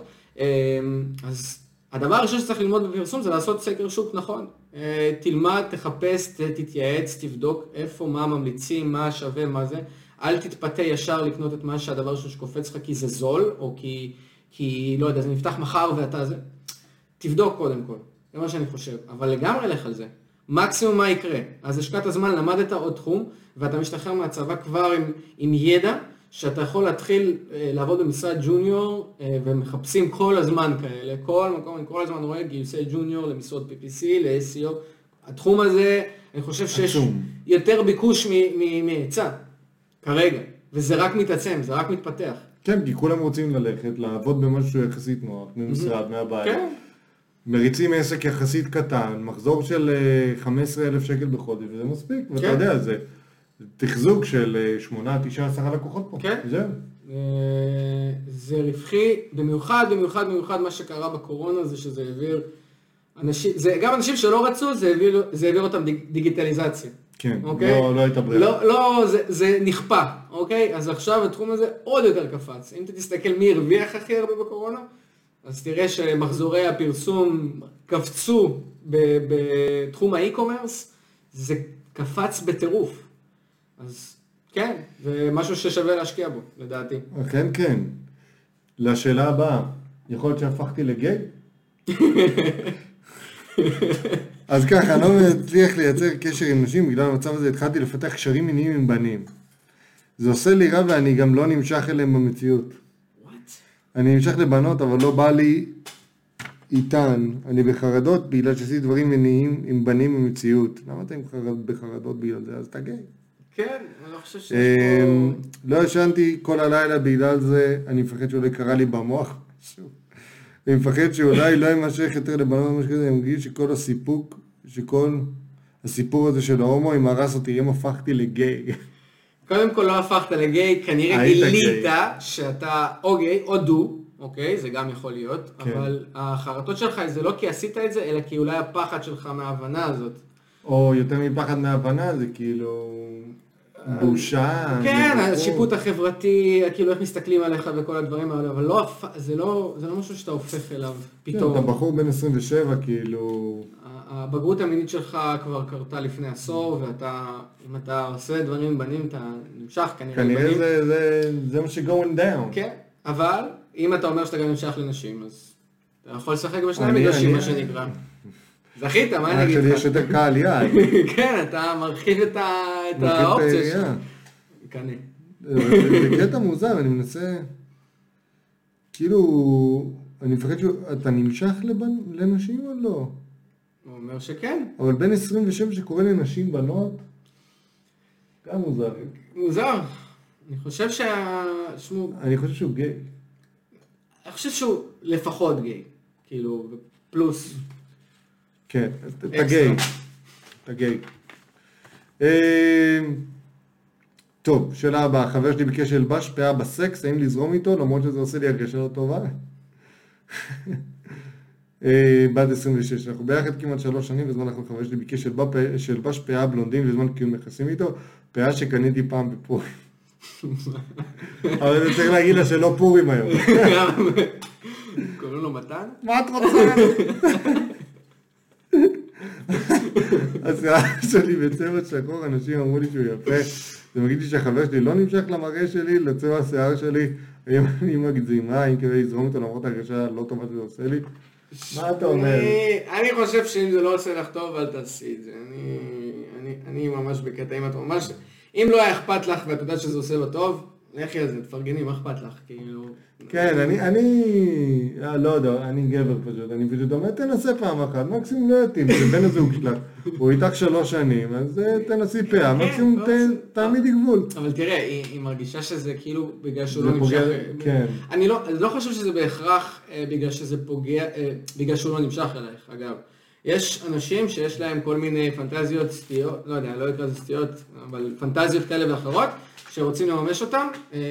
אז הדבר הראשון שצריך ללמוד בפרסום זה לעשות סקר שוק נכון. תלמד, תחפש, תתייעץ, תבדוק איפה, מה ממליצים, מה שווה, מה זה. אל תתפתה ישר לקנות את מה שהדבר שקופץ לך כי זה זול, או כי, כי לא יודע, זה נפתח מחר ואתה זה. תבדוק קודם כל. זה מה שאני חושב, אבל לגמרי לך על זה. מקסימום מה יקרה? אז השקעת הזמן, למדת עוד תחום, ואתה משתחרר מהצבא כבר עם, עם ידע, שאתה יכול להתחיל אה, לעבוד במשרד ג'וניור, אה, ומחפשים כל הזמן כאלה, כל מקום, אני כל הזמן רואה גיוסי ג'וניור למשרות פי פי סי, ל-אס אי או. התחום הזה, אני חושב שיש עצום. יותר ביקוש מהיצע, כרגע, וזה רק מתעצם, זה רק מתפתח. כן, כי כולם רוצים ללכת, לעבוד במשהו יחסית נוח, ממשרד, מהבית. כן. מריצים עסק יחסית קטן, מחזור של חמישה עשר אלף שקל בחודש, וזה מספיק, ואתה כן. יודע, זה תחזוק של שמונה, תשע, עשרה לקוחות פה. כן. זהו. זה רווחי, במיוחד, במיוחד, במיוחד מה שקרה בקורונה זה שזה העביר אנשים, זה גם אנשים שלא רצו, זה העביר, זה העביר אותם דיג, דיגיטליזציה. כן, אוקיי? לא, לא הייתה ברירה. לא, לא, זה, זה נכפה, אוקיי? אז עכשיו התחום הזה עוד יותר קפץ. אם אתה תסתכל מי הרוויח הכי הרבה בקורונה, אז תראה שמחזורי הפרסום קפצו בתחום האי-קומרס, זה קפץ בטירוף. אז כן, זה משהו ששווה להשקיע בו, לדעתי. כן, כן. לשאלה הבאה, יכול להיות שהפכתי לגיי? אז ככה, אני לא מצליח לייצר קשר עם נשים, בגלל המצב הזה התחלתי לפתח קשרים מיניים עם בנים. זה עושה לי רע ואני גם לא נמשך אליהם במציאות. What? אני נמשך לבנות, אבל לא בא לי איתן. אני בחרדות בגלל שעשיתי דברים מיניים עם בנים במציאות. למה אתה בחרדות בגלל זה? אז אתה גיי. כן, אני לא חושב שיש פה... לא ישנתי כל הלילה בגלל זה, אני מפחד שאולי קרה לי במוח. אני מפחד שאולי לא ימשך יותר לבנות או משהו כזה, אני מרגיש שכל הסיפוק, שכל הסיפור הזה של ההומואים הרס אותי, אם הפכתי לגיי. קודם כל לא הפכת לגיי, כנראה גילית שאתה או גיי או דו, אוקיי, זה גם יכול להיות, אבל החרטות שלך זה לא כי עשית את זה, אלא כי אולי הפחד שלך מההבנה הזאת. או יותר מפחד מההבנה, זה כאילו בושה. כן, השיפוט החברתי, כאילו איך מסתכלים עליך וכל הדברים האלה, אבל לא, זה לא, זה לא משהו שאתה הופך אליו פתאום. אתה בחור בן עשרים ושבע, כאילו... הבגרות המינית שלך כבר קרתה לפני עשור, ואתה, אם אתה עושה דברים בנים, אתה נמשך כנראה בנים. כנראה זה, זה, זה מה ש-going down. כן, אבל אם אתה אומר שאתה גם נמשך לנשים, אז אתה יכול לשחק בשני המגרשים, מה שנקרא. זכית, מה אני אגיד לך? רק שלי יש יותר קהל יעד. כן, אתה מרחיב את האופציה שלך. קנה. זה קטע מוזר, אני מנסה... כאילו, אני מפחד שאתה נמשך לנשים או לא? הוא אומר שכן. אבל בין עשרים ושבע שקורא לנשים בנות, גם מוזר. מוזר. אני חושב שה... שמו... אני חושב שהוא גיי. אני חושב שהוא לפחות גיי. כאילו, פלוס. כן, אתה גיי. אתה גיי. טוב, שאלה הבאה. חבר שלי ביקש ילבש פאה בסקס, האם לזרום איתו, למרות שזה עושה לי הרגשה לא טובה? בת עשרים ושש, אנחנו ביחד כמעט שלוש שנים, בזמן אנחנו חבר שלי ביקש שילבש פאה בלונדין, בזמן קיום יחסים איתו, פאה שקניתי פעם בפורים. אבל אני צריך להגיד לה שלא פורים היום. קוראים לו מתן? מה את רוצה? השיער שלי בצבע שחור, אנשים אמרו לי שהוא יפה, זה מגיד לי שהחבר שלי לא נמשך למראה שלי, לצבע השיער שלי, האם אני מגזימה, האם כדי לזרום אותו למרות הרגשה לא טובה שזה עושה לי? מה אתה אומר? אני חושב שאם זה לא עושה לך טוב, אל תעשי את זה. אני ממש בקטע, אם את ממש... אם לא היה אכפת לך ואת יודעת שזה עושה לו טוב, לכי על זה, תפרגני, מה אכפת לך? כאילו... כן, אני... אני... לא יודע, אני גבר פשוט, אני פשוט אומר, תנסה פעם אחת, מקסימום לא יתאים, זה בן הזוג שלך, הוא איתך שלוש שנים, אז תנסי פאה, מקסימום תעמידי גבול. אבל תראה, היא מרגישה שזה כאילו בגלל שהוא לא נמשך... כן. אני לא חושב שזה בהכרח בגלל שזה פוגע, בגלל שהוא לא נמשך אלייך, אגב. יש אנשים שיש להם כל מיני פנטזיות סטיות, לא יודע, לא יקרא זה סטיות, אבל פנטזיות כאלה ואחרות, שרוצים לממש אותם,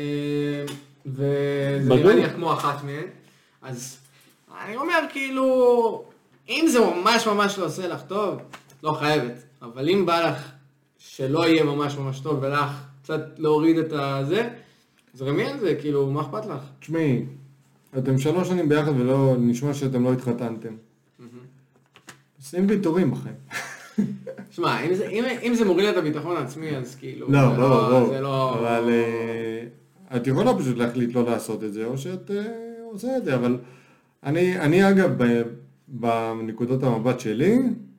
וזה נראה לי כמו אחת מהן. אז אני אומר כאילו, אם זה ממש ממש לא עושה לך טוב, לא חייבת. אבל אם בא לך שלא יהיה ממש ממש טוב ולך קצת להוריד את הזה, זרמי על זה, כאילו, מה אכפת לך? תשמעי, אתם שלוש שנים ביחד ולא נשמע שאתם לא התחתנתם. עושים ויתורים בחיים. שמע, אם זה, אם, אם זה מוריד את הביטחון העצמי, אז כאילו... לא, לא, לא. זה לא... אבל את יכולה פשוט להחליט לא לעשות את זה, או שאת עושה את זה, אבל אני, אני אגב, בנקודות המבט שלי,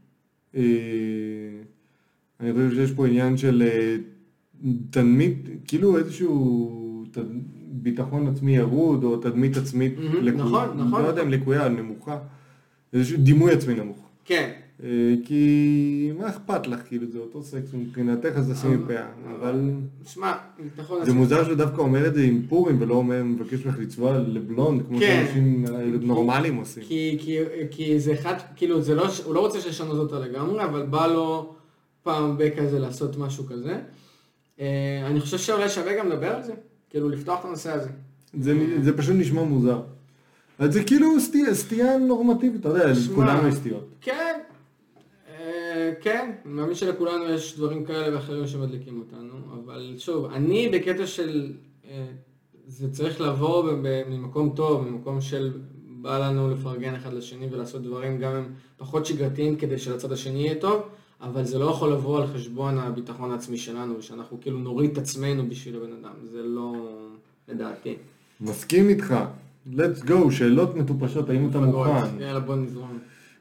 אני חושב שיש פה עניין של תדמית, כאילו איזשהו ביטחון עצמי ירוד, או תדמית עצמית לקויה. נכון, נכון. לא יודע אם לקויה, נמוכה. איזשהו דימוי עצמי נמוך. כן. כי מה אכפת לך, כאילו זה אותו סקס מבחינתך, אז תשימי פאה, אבל... שמע, ביטחון עצמי. זה מוזר שדווקא אומר את זה עם פורים, ולא מבקש ממך לצבוע לבלונד, כמו שאנשים נורמליים עושים. כי זה אחד, כאילו, הוא לא רוצה לשנות אותו לגמרי, אבל בא לו פעם בכזה לעשות משהו כזה. אני חושב שאולי שווה גם לדבר על זה, כאילו לפתוח את הנושא הזה. זה פשוט נשמע מוזר. אז זה כאילו סטייה נורמטיבית, אתה יודע, לכולנו יש סטיות. כן, כן, אני מאמין שלכולנו יש דברים כאלה ואחרים שמדליקים אותנו, אבל שוב, אני בקטע של, זה צריך לבוא ממקום טוב, ממקום של בא לנו לפרגן אחד לשני ולעשות דברים גם הם פחות שגרתיים כדי שלצד השני יהיה טוב, אבל זה לא יכול לבוא על חשבון הביטחון העצמי שלנו, ושאנחנו כאילו נוריד את עצמנו בשביל הבן אדם, זה לא לדעתי. מסכים איתך. let's go, שאלות מטופשות, האם אתה מוכן? יאללה, בוא נזרום.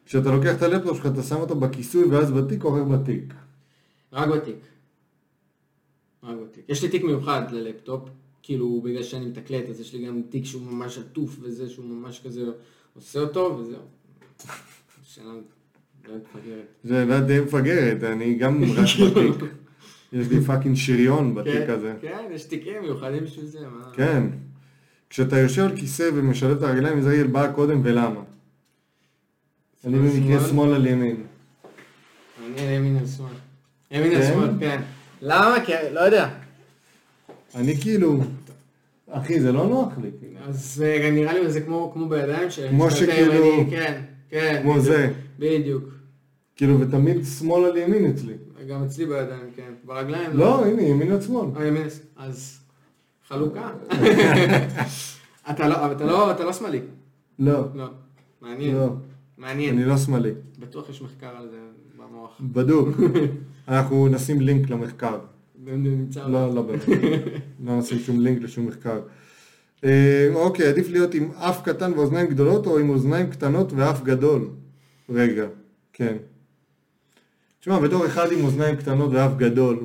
כשאתה לוקח את הלפטופ שלך, אתה שם אותו בכיסוי ואז בתיק או רק בתיק? רק בתיק. רק בתיק. יש לי תיק מיוחד ללפטופ, כאילו בגלל שאני מתקלט, אז יש לי גם תיק שהוא ממש עטוף וזה, שהוא ממש כזה עושה אותו, וזהו. שאלה לא מפגרת. זה לא די מפגרת, אני גם רק בתיק. יש לי פאקינג שריון בתיק הזה. כן, יש תיקים מיוחדים בשביל זה. כן. כשאתה יושב על כיסא ומשלב את הרגליים, איזריאל בא קודם ולמה? אני במקרה שמאל על ימין. אני על ימין על שמאל. ימין על שמאל, כן. למה? כי לא יודע. אני כאילו, אחי, זה לא נוח לי. אז נראה לי זה כמו בידיים ש... כמו שכאילו... כן, כן. כמו זה. בדיוק. כאילו, ותמיד שמאל על ימין אצלי. גם אצלי בידיים, כן. ברגליים לא. לא, הנה, ימין על שמאל. אה, ימין, אז חלוקה. אתה לא, אתה לא, אתה לא שמאלי. לא. לא. מעניין. לא. מעניין. אני לא שמאלי. בטוח יש מחקר על זה במוח. בדוק. אנחנו נשים לינק למחקר. נמצא. לא, לא באמת. לא נשים שום לינק לשום מחקר. אוקיי, עדיף להיות עם אף קטן ואוזניים גדולות או עם אוזניים קטנות ואף גדול? רגע, כן. תשמע, בתור אחד עם אוזניים קטנות ואף גדול,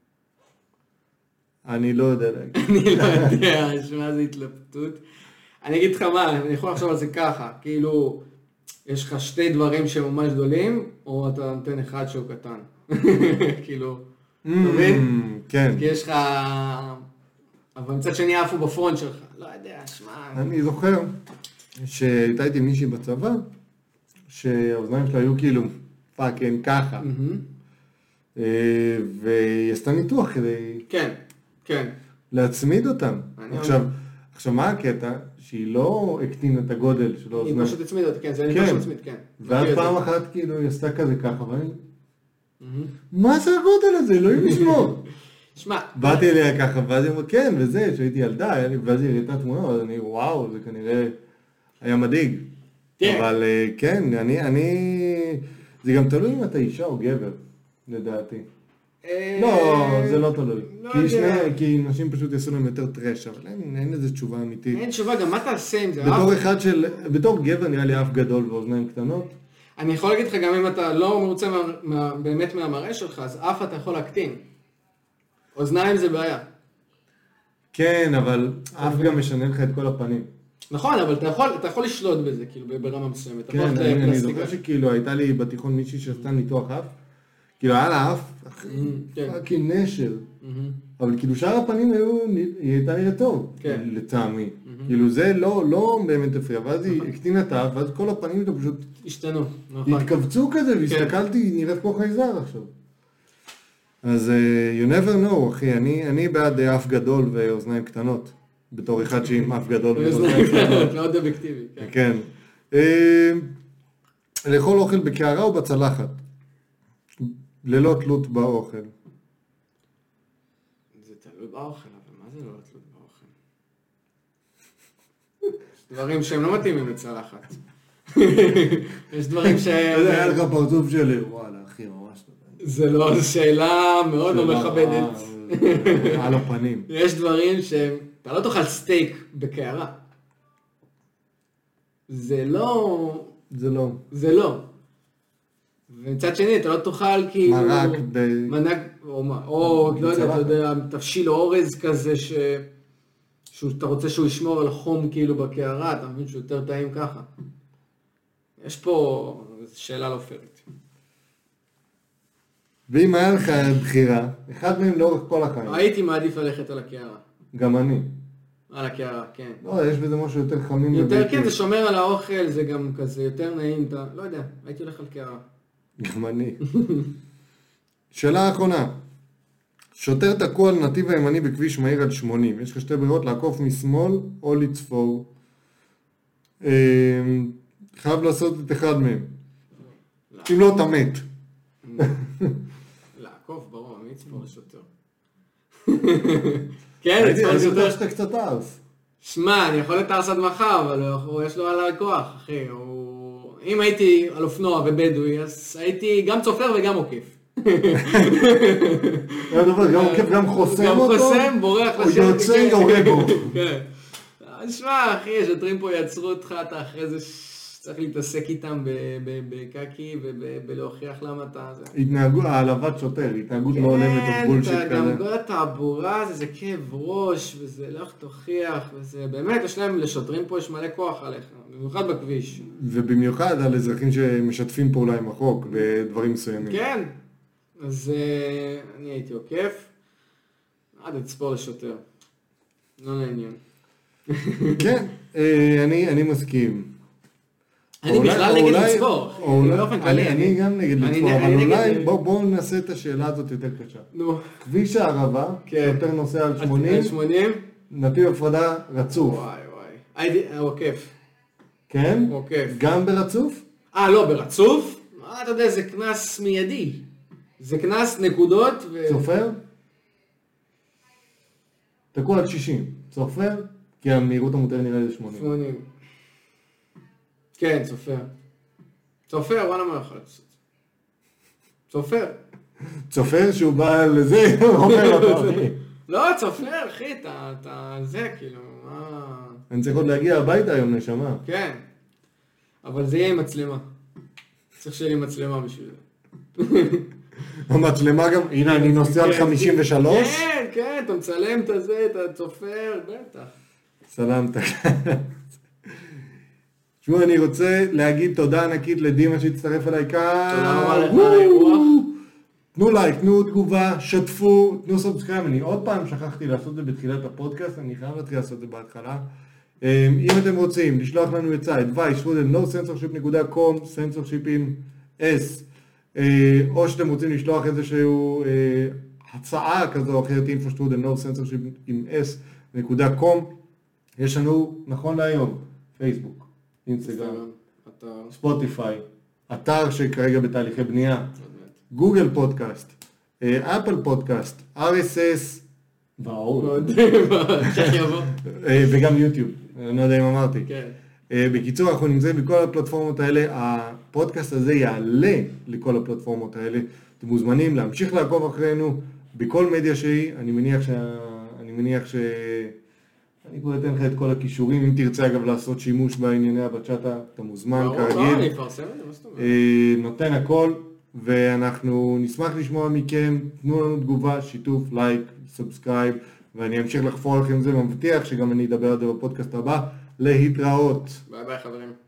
אני לא יודע להגיד. אני לא יודע, שמע, זה התלבטות. אני אגיד לך מה, אני יכול לחשוב על זה ככה, כאילו, יש לך שתי דברים שהם ממש גדולים, או אתה נותן אחד שהוא קטן. כאילו, אתה מבין? כן. כי יש לך... אבל מצד שני עפו בפרונט שלך, לא יודע, שמע... אני זוכר שהייתה איתי מישהי בצבא, שהאוזניים שלה היו כאילו פאקן ככה, והיא עשתה ניתוח כדי... כן, כן. להצמיד אותם. עכשיו, עכשיו מה הקטע? שהיא לא הקטינה את הגודל של האוזניים. היא פשוט הצמיד אותי, כן, זה ניתוח של הצמיד, כן. ואז פעם אחת כאילו היא עשתה כזה ככה, ואני... מה זה הגודל הזה? לא יהיה לשמור. שמע. באתי אליה ככה, ואז היא אמרה, כן, וזה, שהייתי ילדה, ואז היא ראיתה תמונה, ואז אני, וואו, זה כנראה היה מדאיג. אבל כן, אני, אני... זה גם תלוי אם אתה אישה או גבר, לדעתי. לא, זה לא תלוי. כי נשים פשוט יעשו להם יותר טרש, אבל אין איזו תשובה אמיתית. אין תשובה, גם מה תעשה עם זה? בתור אחד של... בתור גבר נראה לי אף גדול ואוזניים קטנות. אני יכול להגיד לך גם אם אתה לא מרוצה באמת מהמראה שלך, אז אף אתה יכול להקטין. אוזניים זה בעיה. כן, אבל אף גם משנה לך את כל הפנים. נכון, אבל אתה יכול, אתה יכול לשלוט בזה, כאילו, ברמה מסוימת. כן, אני, אני זוכר שכאילו הייתה לי בתיכון מישהי שעשתה ניתוח אף, כאילו היה לה אף, אחי נשר, אבל כאילו שאר הפנים היו, היא הייתה נראית טוב, לטעמי. כאילו זה לא, לא באמת הפריע, ואז היא הקטינה את האף, ואז כל הפנים איתו פשוט... השתנו, נכון. התכווצו כזה, והסתכלתי, היא נראית כמו חייזר עכשיו. אז you never know, אחי, אני, אני בעד אף גדול ואוזניים קטנות. בתור אחד שעם אף גדול ואוזניים קטנות. מאוד אובייקטיבי. כן. לאכול אוכל בקערה או בצלחת? ללא תלות באוכל. זה תלוי באוכל, אבל מה זה ללא תלות באוכל? יש דברים שהם לא מתאימים לצלחת. יש דברים שהם... זה היה לך פרצוף שלי, וואלה, אחי, ממש לא. זה לא, זו שאלה מאוד לא מכבדת. על הפנים. יש דברים שהם... אתה לא תאכל סטייק בקערה. זה לא... זה לא. זה לא. ומצד שני, אתה לא תאכל כאילו... מרק ב... מנק, או, או לא יודע, אתה יודע, תבשיל אורז כזה ש... שאתה רוצה שהוא ישמור על החום כאילו בקערה, אתה מבין שהוא יותר טעים ככה. יש פה שאלה לא פרית. ואם היה לך בחירה, אחד מהם לאורך כל החיים. הייתי מעדיף ללכת על הקערה. גם אני. על הקערה, כן. לא, יש בזה משהו יותר חמים. יותר כן, זה שומר על האוכל, זה גם כזה יותר נעים, אתה... לא יודע, הייתי הולך על קערה. גם אני. שאלה האחרונה. שוטר תקוע על נתיב הימני בכביש מהיר עד שמונים. יש לך שתי ברירות, לעקוף משמאל או לצפור. חייב לעשות את אחד מהם. אם לא, אתה מת. לעקוף, ברור, מי יצפור לשוטר? כן, אני יודע שאתה קצת ארס. שמע, אני יכול לתרס עד מחר, אבל יש לו על הכוח, אחי. אם הייתי על אופנוע ובדואי, אז הייתי גם צופר וגם עוקף. גם עוקף, גם חוסם אותו. גם חוסם, בורח לשם. הוא יוצא, יורה בו. כן. שמע, אחי, שוטרים פה יעצרו אותך, אתה אחרי זה צריך להתעסק איתם בקקי ובלהוכיח למה אתה... התנהגות, העלבת שוטר, התנהגות לא הולמת או בולשיט כזה. כן, גם כל התעבורה זה כאב ראש, וזה לא איך תוכיח, וזה באמת, יש להם לשוטרים פה, יש מלא כוח עליך, במיוחד בכביש. ובמיוחד על אזרחים שמשתפים פעולה עם החוק ודברים מסוימים. כן, אז אני הייתי עוקף, עד לצפור לשוטר. לא לעניין. כן, אני מסכים. אני בכלל נגד לצפור, באופן כללי. אני גם נגד לצפור, אבל אולי בואו נעשה את השאלה הזאת יותר קשה. נו. כביש הערבה, שוטר נוסע על שמונים, נתיב הפרדה רצוף. וואי וואי. עוקף. כן? עוקף. גם ברצוף? אה, לא, ברצוף? מה אתה יודע, זה כנס מיידי. זה כנס נקודות ו... צופר? תקוע על שישים. צופר? כי המהירות המותר נראה לי שמונים. שמונים. כן, צופר. צופר, וואלה מה יכול לעשות? צופר. צופר שהוא בא לזה, אומר אותו, אחי. לא, צופר, אחי, אתה זה, כאילו, מה... אני צריך עוד להגיע הביתה היום, נשמה. כן. אבל זה יהיה עם מצלמה. צריך שיהיה לי מצלמה בשביל זה. המצלמה גם, הנה, אני נוסע על חמישים ושלוש. כן, כן, אתה מצלם את זה, את הצופר, בטח. סלמת. תשמעו, אני רוצה להגיד תודה ענקית לדימה שהצטרף אליי כאן. תודה רבה לך על האירוח. תנו לייק, תנו תגובה, שתפו, תנו סאבסקרייב. אני עוד פעם שכחתי לעשות את זה בתחילת הפודקאסט, אני חייב להתחיל לעשות את זה בהתחלה. אם אתם רוצים לשלוח לנו עצה, advice, student, no censorship dot com, censorship עם S, או שאתם רוצים לשלוח איזשהו הצעה כזו או אחרת, info student, no censorship עם S נקודה com. יש לנו, נכון להיום, פייסבוק, אינסטגרם, ספוטיפיי, אתר שכרגע בתהליכי בנייה, גוגל פודקאסט, אפל פודקאסט, אר אס אס, וגם יוטיוב, אני לא יודע אם אמרתי. בקיצור, אנחנו נמצאים בכל הפלטפורמות האלה, הפודקאסט הזה יעלה לכל הפלטפורמות האלה, אתם מוזמנים להמשיך לעקוב אחרינו בכל מדיה שהיא, אני מניח ש... אני מניח ש... אני כבר אתן לך את כל הכישורים, אם תרצה אגב לעשות שימוש בענייני הבצ'אטה, אתה מוזמן כרגיל. נותן הכל, ואנחנו נשמח לשמוע מכם, תנו לנו תגובה, שיתוף, לייק, סאבסקרייב, ואני אמשיך לחפור לכם זה, מבטיח שגם אני אדבר על זה בפודקאסט הבא, להתראות. ביי ביי חברים.